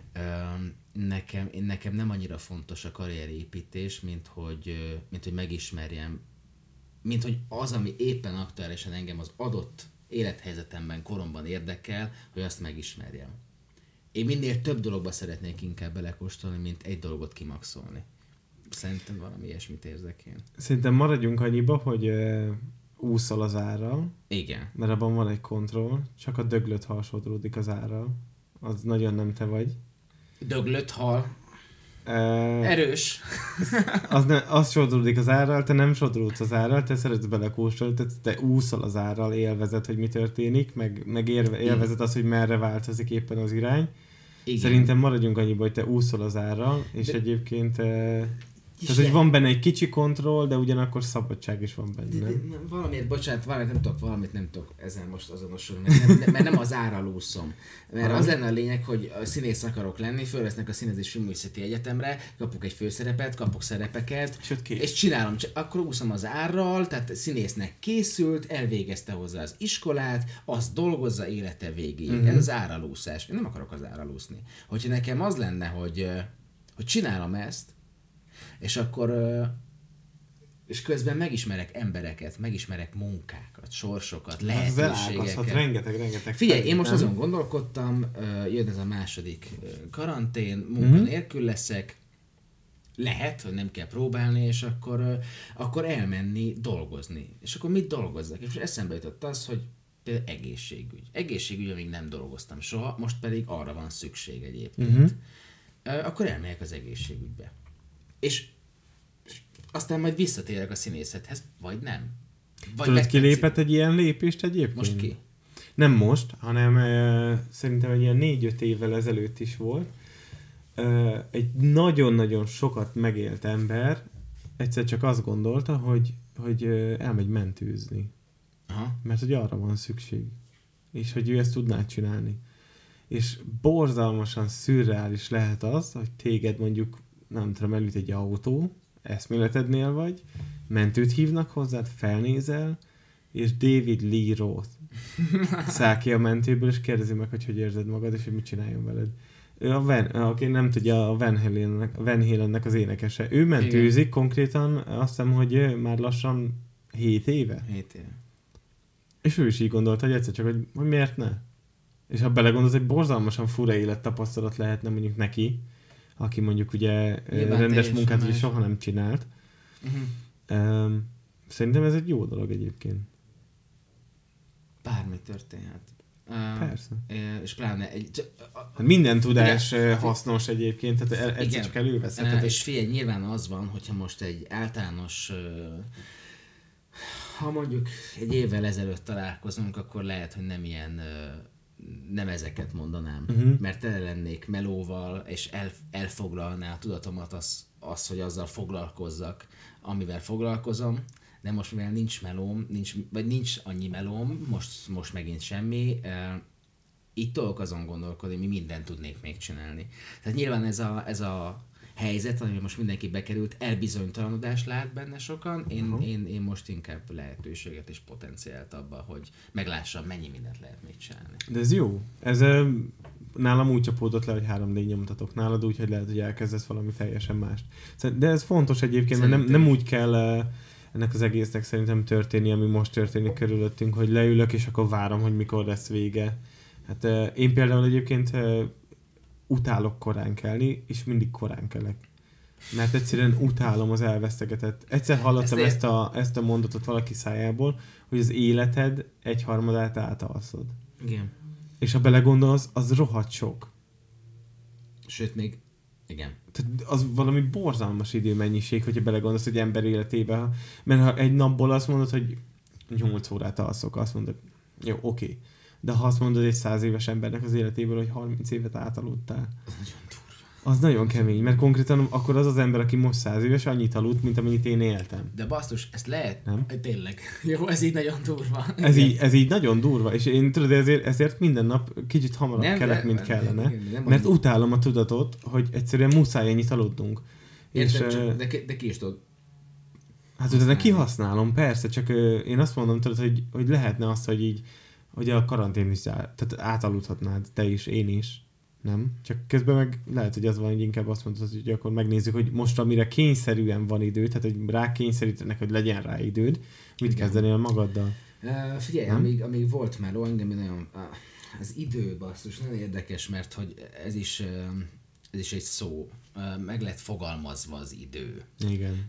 Nekem nem annyira fontos a karrierépítés, mint hogy megismerjem, mint hogy az, ami éppen aktuálisan engem az adott élethelyzetemben, koromban érdekel, hogy azt megismerjem. Én minél több dologba szeretnék inkább belekóstolni, mint egy dolgot kimaxolni. Szerintem valami ilyesmit érzek én. Szerintem maradjunk annyiba, hogy úszol az árral. Igen. Mert abban van egy kontroll, csak a döglött hal sodródik az árral. Az nagyon nem te vagy. Döglött hal? Erős. Az sodródik az árral, te nem sodródsz az árral, te szeretsz belekóstolni, te úszol az árral, élvezed, hogy mi történik, meg élvezed azt, hogy merre változik éppen az irány. Igen. Szerintem maradjunk annyiba, hogy te úszol az árral, és de mert tehát, hogy van benne egy kicsi kontroll, de ugyanakkor szabadság is van benne. Valamit nem tudok ezen most azonosulni, mert nem az árral úszom. Mert az lenne a lényeg, hogy színész akarok lenni, fölvesznek a Színezés Művészeti Egyetemre, kapok egy főszerepet, kapok szerepeket, és csinálom, akkor úszom az árral, tehát színésznek készült, elvégezte hozzá az iskolát, azt dolgozza élete végéig. Ez az árral úszás. Én nem akarok az árral úszni. Hogyha nekem az lenne, hogy csinálom ezt, és akkor és közben megismerek embereket, megismerek munkákat, sorsokat, lehetőségeket. Rengeteg. Figyelj, én most azon gondolkodtam, jön ez a második karantén, munkanélkül leszek, lehet, hogy nem kell próbálni, és akkor elmenni dolgozni. És akkor mit dolgozzak? És most eszembe jutott az, hogy például egészségügy. Egészségügyön még nem dolgoztam soha, most pedig arra van szükség egyébként. Akkor elmegyek az egészségügybe. És aztán majd visszatérek a színészethez, vagy nem. Vagy tudod, ki lépett egy ilyen lépést egyébként? Most ki? Nem most, hanem szerintem egy ilyen 4-5 évvel ezelőtt is volt. Egy nagyon-nagyon sokat megélt ember egyszer csak azt gondolta, hogy elmegy mentőzni. Aha. Mert hogy arra van szükség. És hogy ő ezt tudná csinálni. És borzalmasan szürreális lehet az, hogy téged mondjuk nem tudom, elüt egy autó, eszméletednél vagy, mentőt hívnak hozzád, felnézel, és David Lee Roth száll ki a mentőből, és kérdezi meg, hogy érzed magad, és hogy mit csináljon veled. Ő aki nem tudja, a Van Halennek az énekese. Ő mentőzik konkrétan, azt hiszem, hogy már lassan 7 éve. 7 éve. És ő is így gondolta, hogy egyszer csak, hogy miért ne? És ha belegondolsz, egy borzalmasan fura élettapasztalat lehetne mondjuk neki, aki mondjuk ugye rendes munkát is soha nem csinált. Szerintem ez egy jó dolog egyébként. Bármi történhet. Persze. És pláne minden tudás hasznos egyébként, tehát egyszer csak előveszheted. És figyelj, nyilván az van, hogyha most egy általános, ha mondjuk egy évvel ezelőtt találkozunk, akkor lehet, hogy nem ilyen, nem ezeket mondanám, mert tele lennék melóval, és elfoglalná a tudatomat az, hogy azzal foglalkozzak, amivel foglalkozom. De most mivel nincs melóm, nincs annyi melóm, most megint semmi, itt tudok azon gondolkodni, mi mindent tudnék még csinálni. Tehát nyilván ez a helyzet, amiben most mindenki bekerült, elbizonytalanodást lát benne sokan, én most inkább lehetőséget és potenciált abba, hogy meglássam, mennyi mindent lehet még csinálni. De ez jó. Ez nálam úgy csapódott le, hogy 3D nyomtatok nálad, úgyhogy lehet, hogy elkezdesz valami teljesen mást. De ez fontos egyébként, mert nem úgy kell ennek az egésznek szerintem történni, ami most történik körülöttünk, hogy leülök, és akkor várom, hogy mikor lesz vége. Hát én például egyébként utálok korán kelni, és mindig korán kelek. Mert egyszerűen utálom az elvesztegetett. Egyszer hallottam ezt a mondatot valaki szájából, hogy az életed 1/3 átalszod. Igen. És ha belegondolsz, az rohadt sok. Sőt, még igen. Tehát az valami borzalmas időmennyiség, hogyha belegondolsz egy ember életébe. Mert ha egy napból azt mondod, hogy 8 órát alszok, azt mondod, jó, oké. De ha azt mondod egy 100 éves embernek az életéből, hogy 30 évet átaludtál. Az nagyon durva. Az nagyon kemény, mert konkrétan akkor az ember, aki most 100 éves, annyit aludt, mint amennyit én éltem. De basszus, ezt lehet? Nem? Tényleg. Jó, ez így nagyon durva. Ez így nagyon durva, és én tudod, ezért minden nap kicsit hamarabb kelek, mint kellene. Mert utálom a tudatot, hogy egyszerűen muszáj ennyit aludnunk. Értem, de ki is tudod. Hát utána kihasználom, persze, csak én azt mondom, tudod, hogy lehetne azt, hogy így, hogy a karantén is tehát átaludhatnád, te is, én is. Nem? Csak közben meg lehet, hogy az van, hogy inkább azt mondod, hogy akkor megnézzük, hogy most amire kényszerűen van idő, tehát hogy rá kényszerítenek, hogy legyen rá időd, mit kezdenél magaddal? Figyelj, amíg volt meló, engem nagyon... Az idő, basszus, nagyon érdekes, mert hogy ez is egy szó. Meg lett fogalmazva az idő. Igen.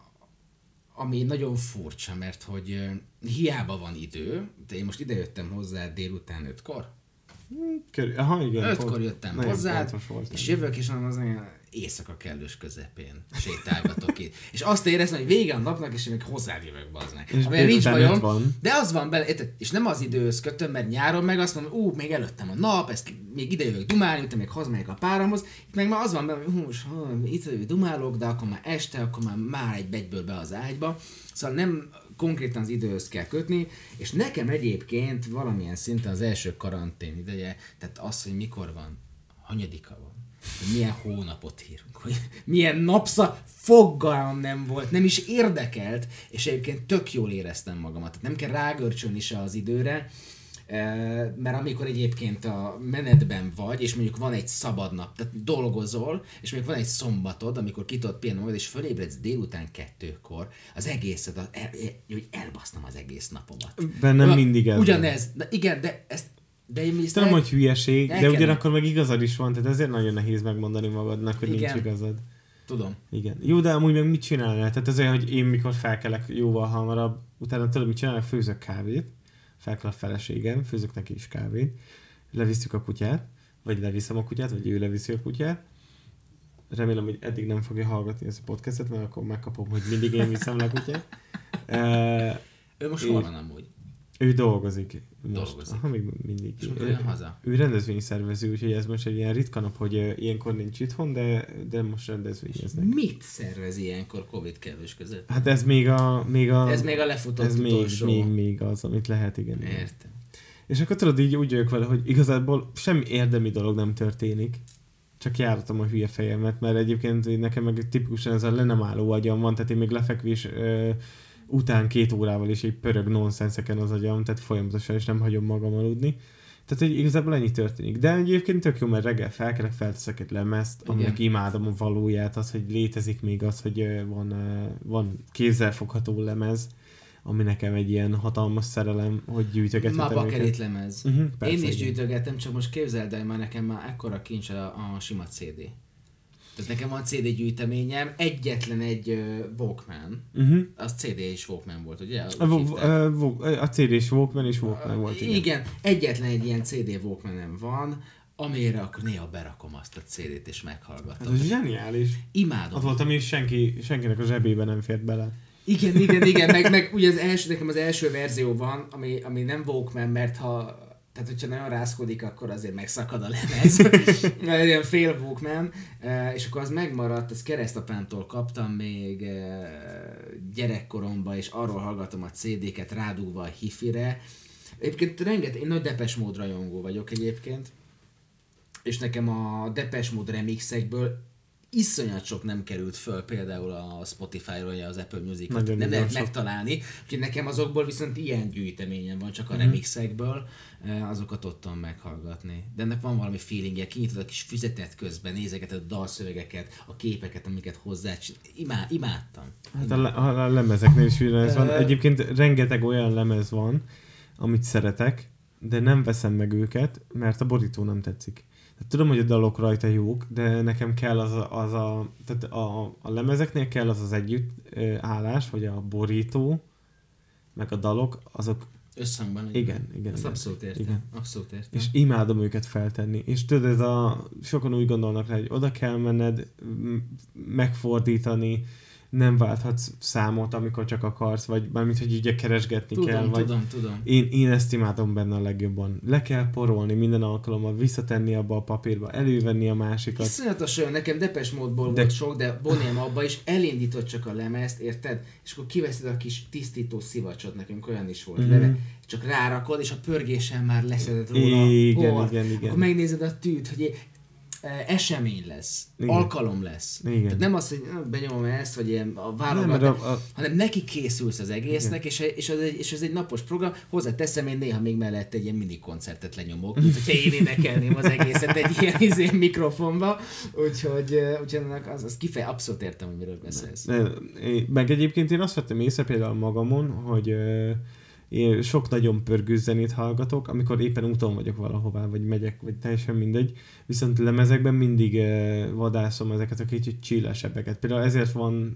Ami nagyon furcsa, mert hogy hiába van idő, de én most idejöttem hozzá délután 5-kor. Aha, igen. 5-kor jöttem hozzád, és jövök, és az éjszaka kellős közepén sétálgatok itt. És azt éreztem, hogy vége a napnak, és én még hozzád jövök, bazdmeg. Amilyen nincs bajom, de az van bele, és nem az időhöz kötöm, mert nyáron meg azt mondom, még előttem a nap, ezt még ide jövök dumálni, utána még hazamegyek a páramhoz, itt meg már az van bele, hogy itt dumálok, de akkor már este, akkor már egyből be az ágyba. Szóval nem konkrétan az időhöz kell kötni, és nekem egyébként valamilyen szinten az első karantén ideje, tehát az, hogy mikor van, hanyadika van, hogy milyen hónapot írunk, hogy milyen fogalmam nem volt, nem is érdekelt, és egyébként tök jól éreztem magamat. Tehát nem kell rágörcsölni se az időre, mert amikor egyébként a menetben vagy, és mondjuk van egy szabad nap, tehát dolgozol, és mondjuk van egy szombatod, amikor ki tudod pihenni magad, és fölébredsz délután 2-kor, az egészet, hogy elbasznom az egész napomat. Bennem mindig ez. Ugyanez, de igen, de ezt tudom, hogy hülyeség, de ugyanakkor meg igazad is van, tehát ezért nagyon nehéz megmondani magadnak, hogy igen. Nincs igazad. Tudom. Igen. Jó, de amúgy meg mit csinálnál? Tehát ez olyan, hogy én mikor felkelek jóval hamarabb, utána tudod, mit csinálnak? Főzök kávét, felkel a feleségem, főzök neki is kávét, levisszük a kutyát, vagy leviszem a kutyát, vagy ő leviszi a kutyát. Remélem, hogy eddig nem fogja hallgatni ezt a podcastet, mert akkor megkapom, hogy mindig én viszem le a kutyát. Ő most hol van amúgy? Ő dolgozik. Dolgozik. Aha, még mindig. És mikor jön haza? Ő rendezvényszervező, úgyhogy ez most egy ilyen ritka nap, hogy ilyenkor nincs itthon, de most rendezvényeznek. Mit szervez ilyenkor Covid kellős között? Hát ez még a lefutott utolsó. Még az, amit lehet, igen. Értem. És akkor tudod, így úgy jövök vele, hogy igazából semmi érdemi dolog nem történik. Csak járatom a hülye fejemet, mert egyébként nekem meg tipikusan ez a le nem álló agyam van, tehát én még lefekvés után 2 órával is így pörög nonsenszeken az agyam, tehát folyamatosan is nem hagyom magam aludni. Tehát, hogy igazából ennyi történik. De egyébként tök jó, mert reggel felkelek, felteszek egy lemezt, aminek imádom a valóját, az, hogy létezik még az, hogy van kézzelfogható lemez, ami nekem egy ilyen hatalmas szerelem, hogy gyűjtögethetem őket. Ma bakelit lemez. Persze, én is igen. gyűjtögettem, csak most képzeld el, már nekem már ekkora kincs a sima CD. Tehát nekem van CD gyűjteményem, egyetlen egy Walkman. Az CD és Walkman volt, ugye? A CD és Walkman és Walkman volt, igen. Igen, egyetlen egy ilyen CD Walkmanem van, amire akkor néha berakom azt a CD-t és meghallgatom. Ez zseniális. Imádom. Az volt, ami senkinek a zsebébe nem fért bele. Igen, meg ugye nekem az első verzió van, ami nem Walkman, mert tehát hogyha nagyon rázkodik, akkor azért megszakad a lemez. Ilyen fél Walkman, és akkor az megmaradt, ezt keresztapámtól kaptam még gyerekkoromban, és arról hallgatom a CD-ket rádugva a hifire. Egyébként én nagy Depeche Mode rajongó vagyok egyébként, és nekem a Depeche Mode remixekből iszonyat sok nem került föl, például a Spotify-ról, az Apple Music-ot nem lehet megtalálni, úgyhogy nekem azokból viszont ilyen gyűjteményem van, csak a remixekből, azokat tudtam meghallgatni. De ennek van valami feelingje, kinyitod a kis füzetet közben, nézegeted a dalszövegeket, a képeket, amiket imádtam. Hát a lemezeknél is ez van. Egyébként rengeteg olyan lemez van, amit szeretek, de nem veszem meg őket, mert a borító nem tetszik. Tudom, hogy a dalok rajta jók, de nekem kell tehát a lemezeknél kell az együttállás, vagy a borító, meg a dalok, azok összhangban. Igen. Azt abszolút értem. Igen. Abszolút értem. És imádom őket feltenni. És tudod, sokan úgy gondolnak rá, hogy oda kell menned, megfordítani, nem válthatsz számot, amikor csak akarsz, vagy mármint, hogy így keresgetni kell. Tudom. Én ezt imádom benne a legjobban. Le kell porolni minden alkalommal, visszatenni abba a papírba, elővenni a másikat. Iszonyatos olyan, nekem Depeche Mode-ból volt sok, de Boniem abba is elindított csak a lemezt, érted? És akkor kiveszed a kis tisztító szivacsot, nekünk olyan is volt vele. Csak rárakod, és a pörgéssel már leszedett róla a port. Igen. Akkor megnézed a tűt, hogy esemény lesz, alkalom lesz. Tehát nem az, hogy benyomom ezt, vagy ilyen hanem neki készülsz az egésznek, és ez egy napos program. Hozzáteszem, én néha még mellett egy ilyen mini koncertet lenyomok, mint hogyha én énekelném az egészet egy ilyen mikrofonba. Úgyhogy az abszolút értem, amiről beszélsz. Meg egyébként én azt vettem észre például magamon, hogy én sok nagyon pörgő zenét hallgatok, amikor éppen úton vagyok valahová, vagy megyek, vagy teljesen mindegy. Viszont lemezekben mindig vadászom ezeket a kicsit chillesebbeket. Például ezért van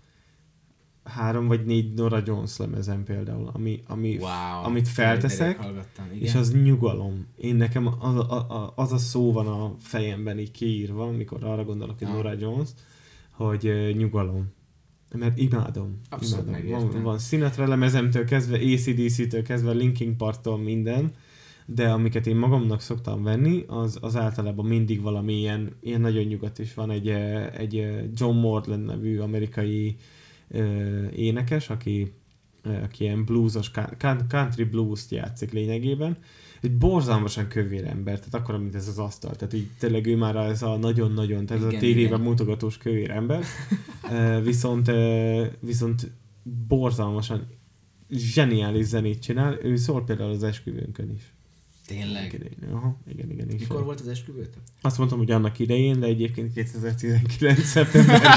3 vagy 4 Nora Jones lemezem például, amit felteszek, és az nyugalom. Én nekem az a szó van a fejemben így kiírva, amikor arra gondolok, hogy Nora Jones, hogy nyugalom. Mert imádom. Abszolút megértem. Van Sinatra lemezemtől kezdve, AC/DC-től kezdve, Linkin Parktól minden, de amiket én magamnak szoktam venni, az általában mindig valami ilyen nagyon nyugat is van. Egy John Morland nevű amerikai énekes, aki ilyen bluesos, country blues-t játszik lényegében. Egy borzalmasan kövér ember, tehát akkora, mint ez az asztal. Tehát így tényleg ő már ez a nagyon-nagyon, tehát igen, a tévében mutogatós kövér ember. Viszont borzalmasan zseniális zenét csinál. Ő szól például az esküvőnkön is. Tényleg? Aha, igen. Mikor volt az esküvőtök? Azt mondtam, hogy annak idején, de egyébként 2019. szeptemberben.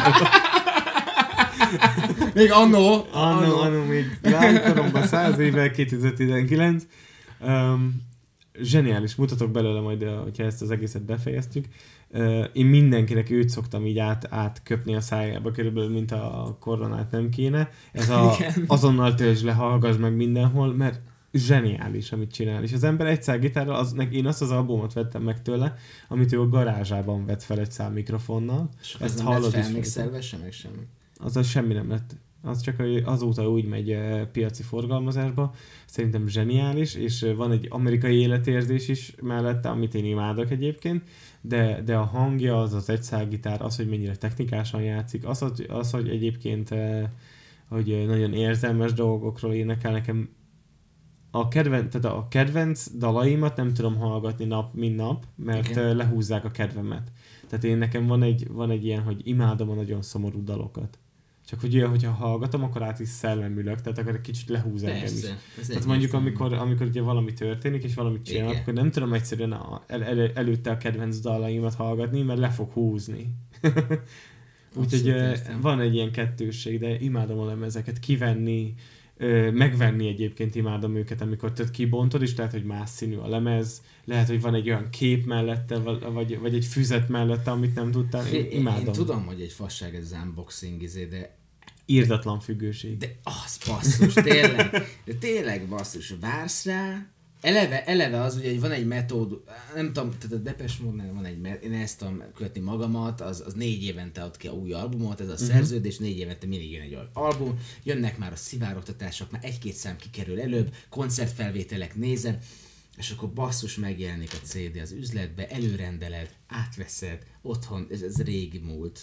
Még annó, még lánykoromban 100 évvel, 2019. Zseniális, mutatok belőle majd, hogyha ezt az egészet befejeztük. Én mindenkinek őt szoktam így átköpni a szájába, körülbelül, mint a koronát nem kéne. Ez azonnal töltsd le, hallgass meg mindenhol, mert zseniális, amit csinál. És az ember egy szál gitárral, én azt az albumot vettem meg tőle, amit ő a garázsában vett fel egy szál mikrofonnal. És ezt hallod is. Felmixelve semmi? Az semmi nem lett. Az csak azóta úgy megy piaci forgalmazásba. Szerintem zseniális, és van egy amerikai életérzés is mellette, amit én imádok egyébként, de a hangja, az egyszálgitár, az, hogy mennyire technikásan játszik, az hogy egyébként hogy nagyon érzelmes dolgokról énekel, nekem a kedvenc dalaimat nem tudom hallgatni mint nap, mert igen, lehúzzák a kedvemet. Tehát nekem van egy ilyen, hogy imádom a nagyon szomorú dalokat. Csak hogy olyan, hogyha hallgatom, akkor át is szellemülök, tehát akkor egy kicsit lehúz engem is. Tehát mondjuk, amikor ugye valami történik, és valamit csinálok, akkor nem tudom egyszerűen előtte a kedvenc dalaimat hallgatni, mert le fog húzni. Úgyhogy van egy ilyen kettősség, de imádom a lemezeket kivenni, megvenni egyébként imádom őket, amikor tudod kibontod, és lehet, hogy más színű a lemez, lehet, hogy van egy olyan kép mellette, vagy egy füzet mellette, amit nem tudtál. Imádom. Én tudom, hogy egy fasság ez az unboxing, de írdatlan függőség. De az basszus, tényleg basszus, vársz rá, eleve az ugye, hogy van egy metód, nem tudom, tehát a Depeche Mode-nál van egy, én ezt tudom kötni magamat, az 4 évente ad ki a új albumot, ez a szerződés, 4 évente mindig jön egy album, jönnek már a szivárogtatások, már 1-2 szám kikerül előbb, koncertfelvételek nézem, és akkor basszus megjelenik a CD az üzletbe, előrendeled, átveszed, otthon, ez régi múlt,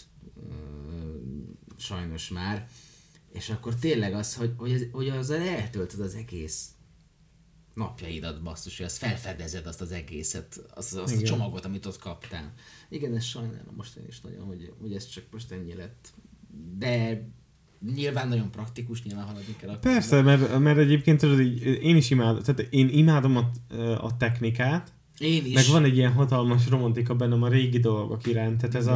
sajnos már, és akkor tényleg az, hogy azzal eltöltöd az egész napjaidat, basszus, hogy azt felfedezed azt az egészet, azt a csomagot, amit ott kaptál. Igen, ez sajnálom most én is nagyon, hogy ez csak most ennyi lett. De nyilván nagyon praktikus, nyilván haladni kell. Persze, mert egyébként tudod, én is imádom, tehát én imádom a technikát, én is. Meg van egy ilyen hatalmas romantika bennem a régi dolgok iránt, tehát ez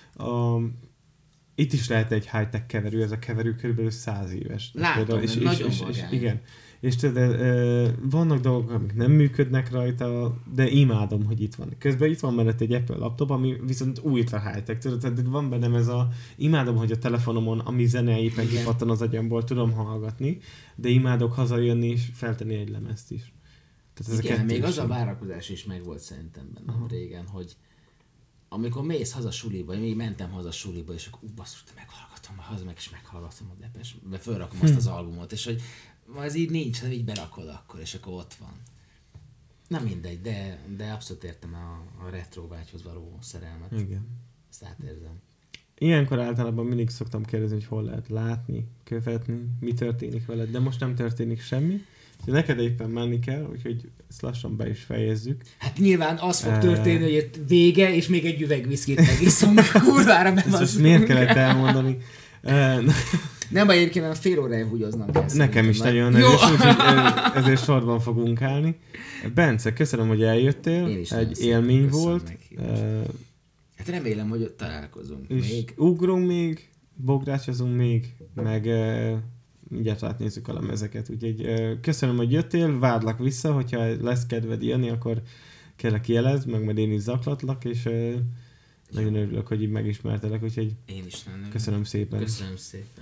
itt is lehetne egy high-tech keverő, ez a keverő kb. 100 éves. Látom, és nagyon vagány. Igen. És tudod, vannak dolgok, amik nem működnek rajta, de imádom, hogy itt van. Közben itt van mellett egy Apple laptop, ami viszont ultra high-tech. Tudod, tehát van bennem imádom, hogy a telefonomon, ami zene éppen kipattan az agyamból, tudom hallgatni, de imádok hazajönni és feltenni egy lemezt is. Tehát igen, még az a várakozás is meg volt szerintem bennem régen, hogy amikor mész haza suliba, én még mentem haza suliba, és akkor basszus, meghallgatom, haza meg is meghallgatom a Depeche, fölrakom azt az albumot, és hogy ez így nincs, hanem így berakod akkor, és akkor ott van. Na mindegy, de abszolút értem a retro vágyhoz való szerelmet. Igen. Ezt átérzem. Ilyenkor általában mindig szoktam kérdezni, hogy hol lehet látni, követni, mi történik veled, de most nem történik semmi. De neked éppen menni kell, úgyhogy ezt lassan be is fejezzük. Hát nyilván az fog történni, hogy itt vége, és még egy üveg viszkit megiszunk, kurvára bevaszunk. Miért kellett elmondani? Nem baj, egyébként a fél órája húgyoznom kell. Nekem is nagyon ezért sorban fogunk állni. Bence, köszönöm, hogy eljöttél. Egy élmény volt. Hát remélem, hogy ott találkozunk és még. Ugrunk még, bográcsozunk még, meg mindjárt átnézzük a lemezeket. Úgyhogy köszönöm, hogy jöttél, várlak vissza, hogyha lesz kedved jönni, akkor kérlek jelezd, meg majd én is zaklatlak, és nagyon örülök, hogy így megismertelek, úgyhogy én is nagyon köszönöm szépen. Köszönöm szépen.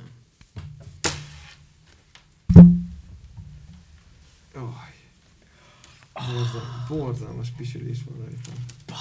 Borzalmas pisilés van rajta.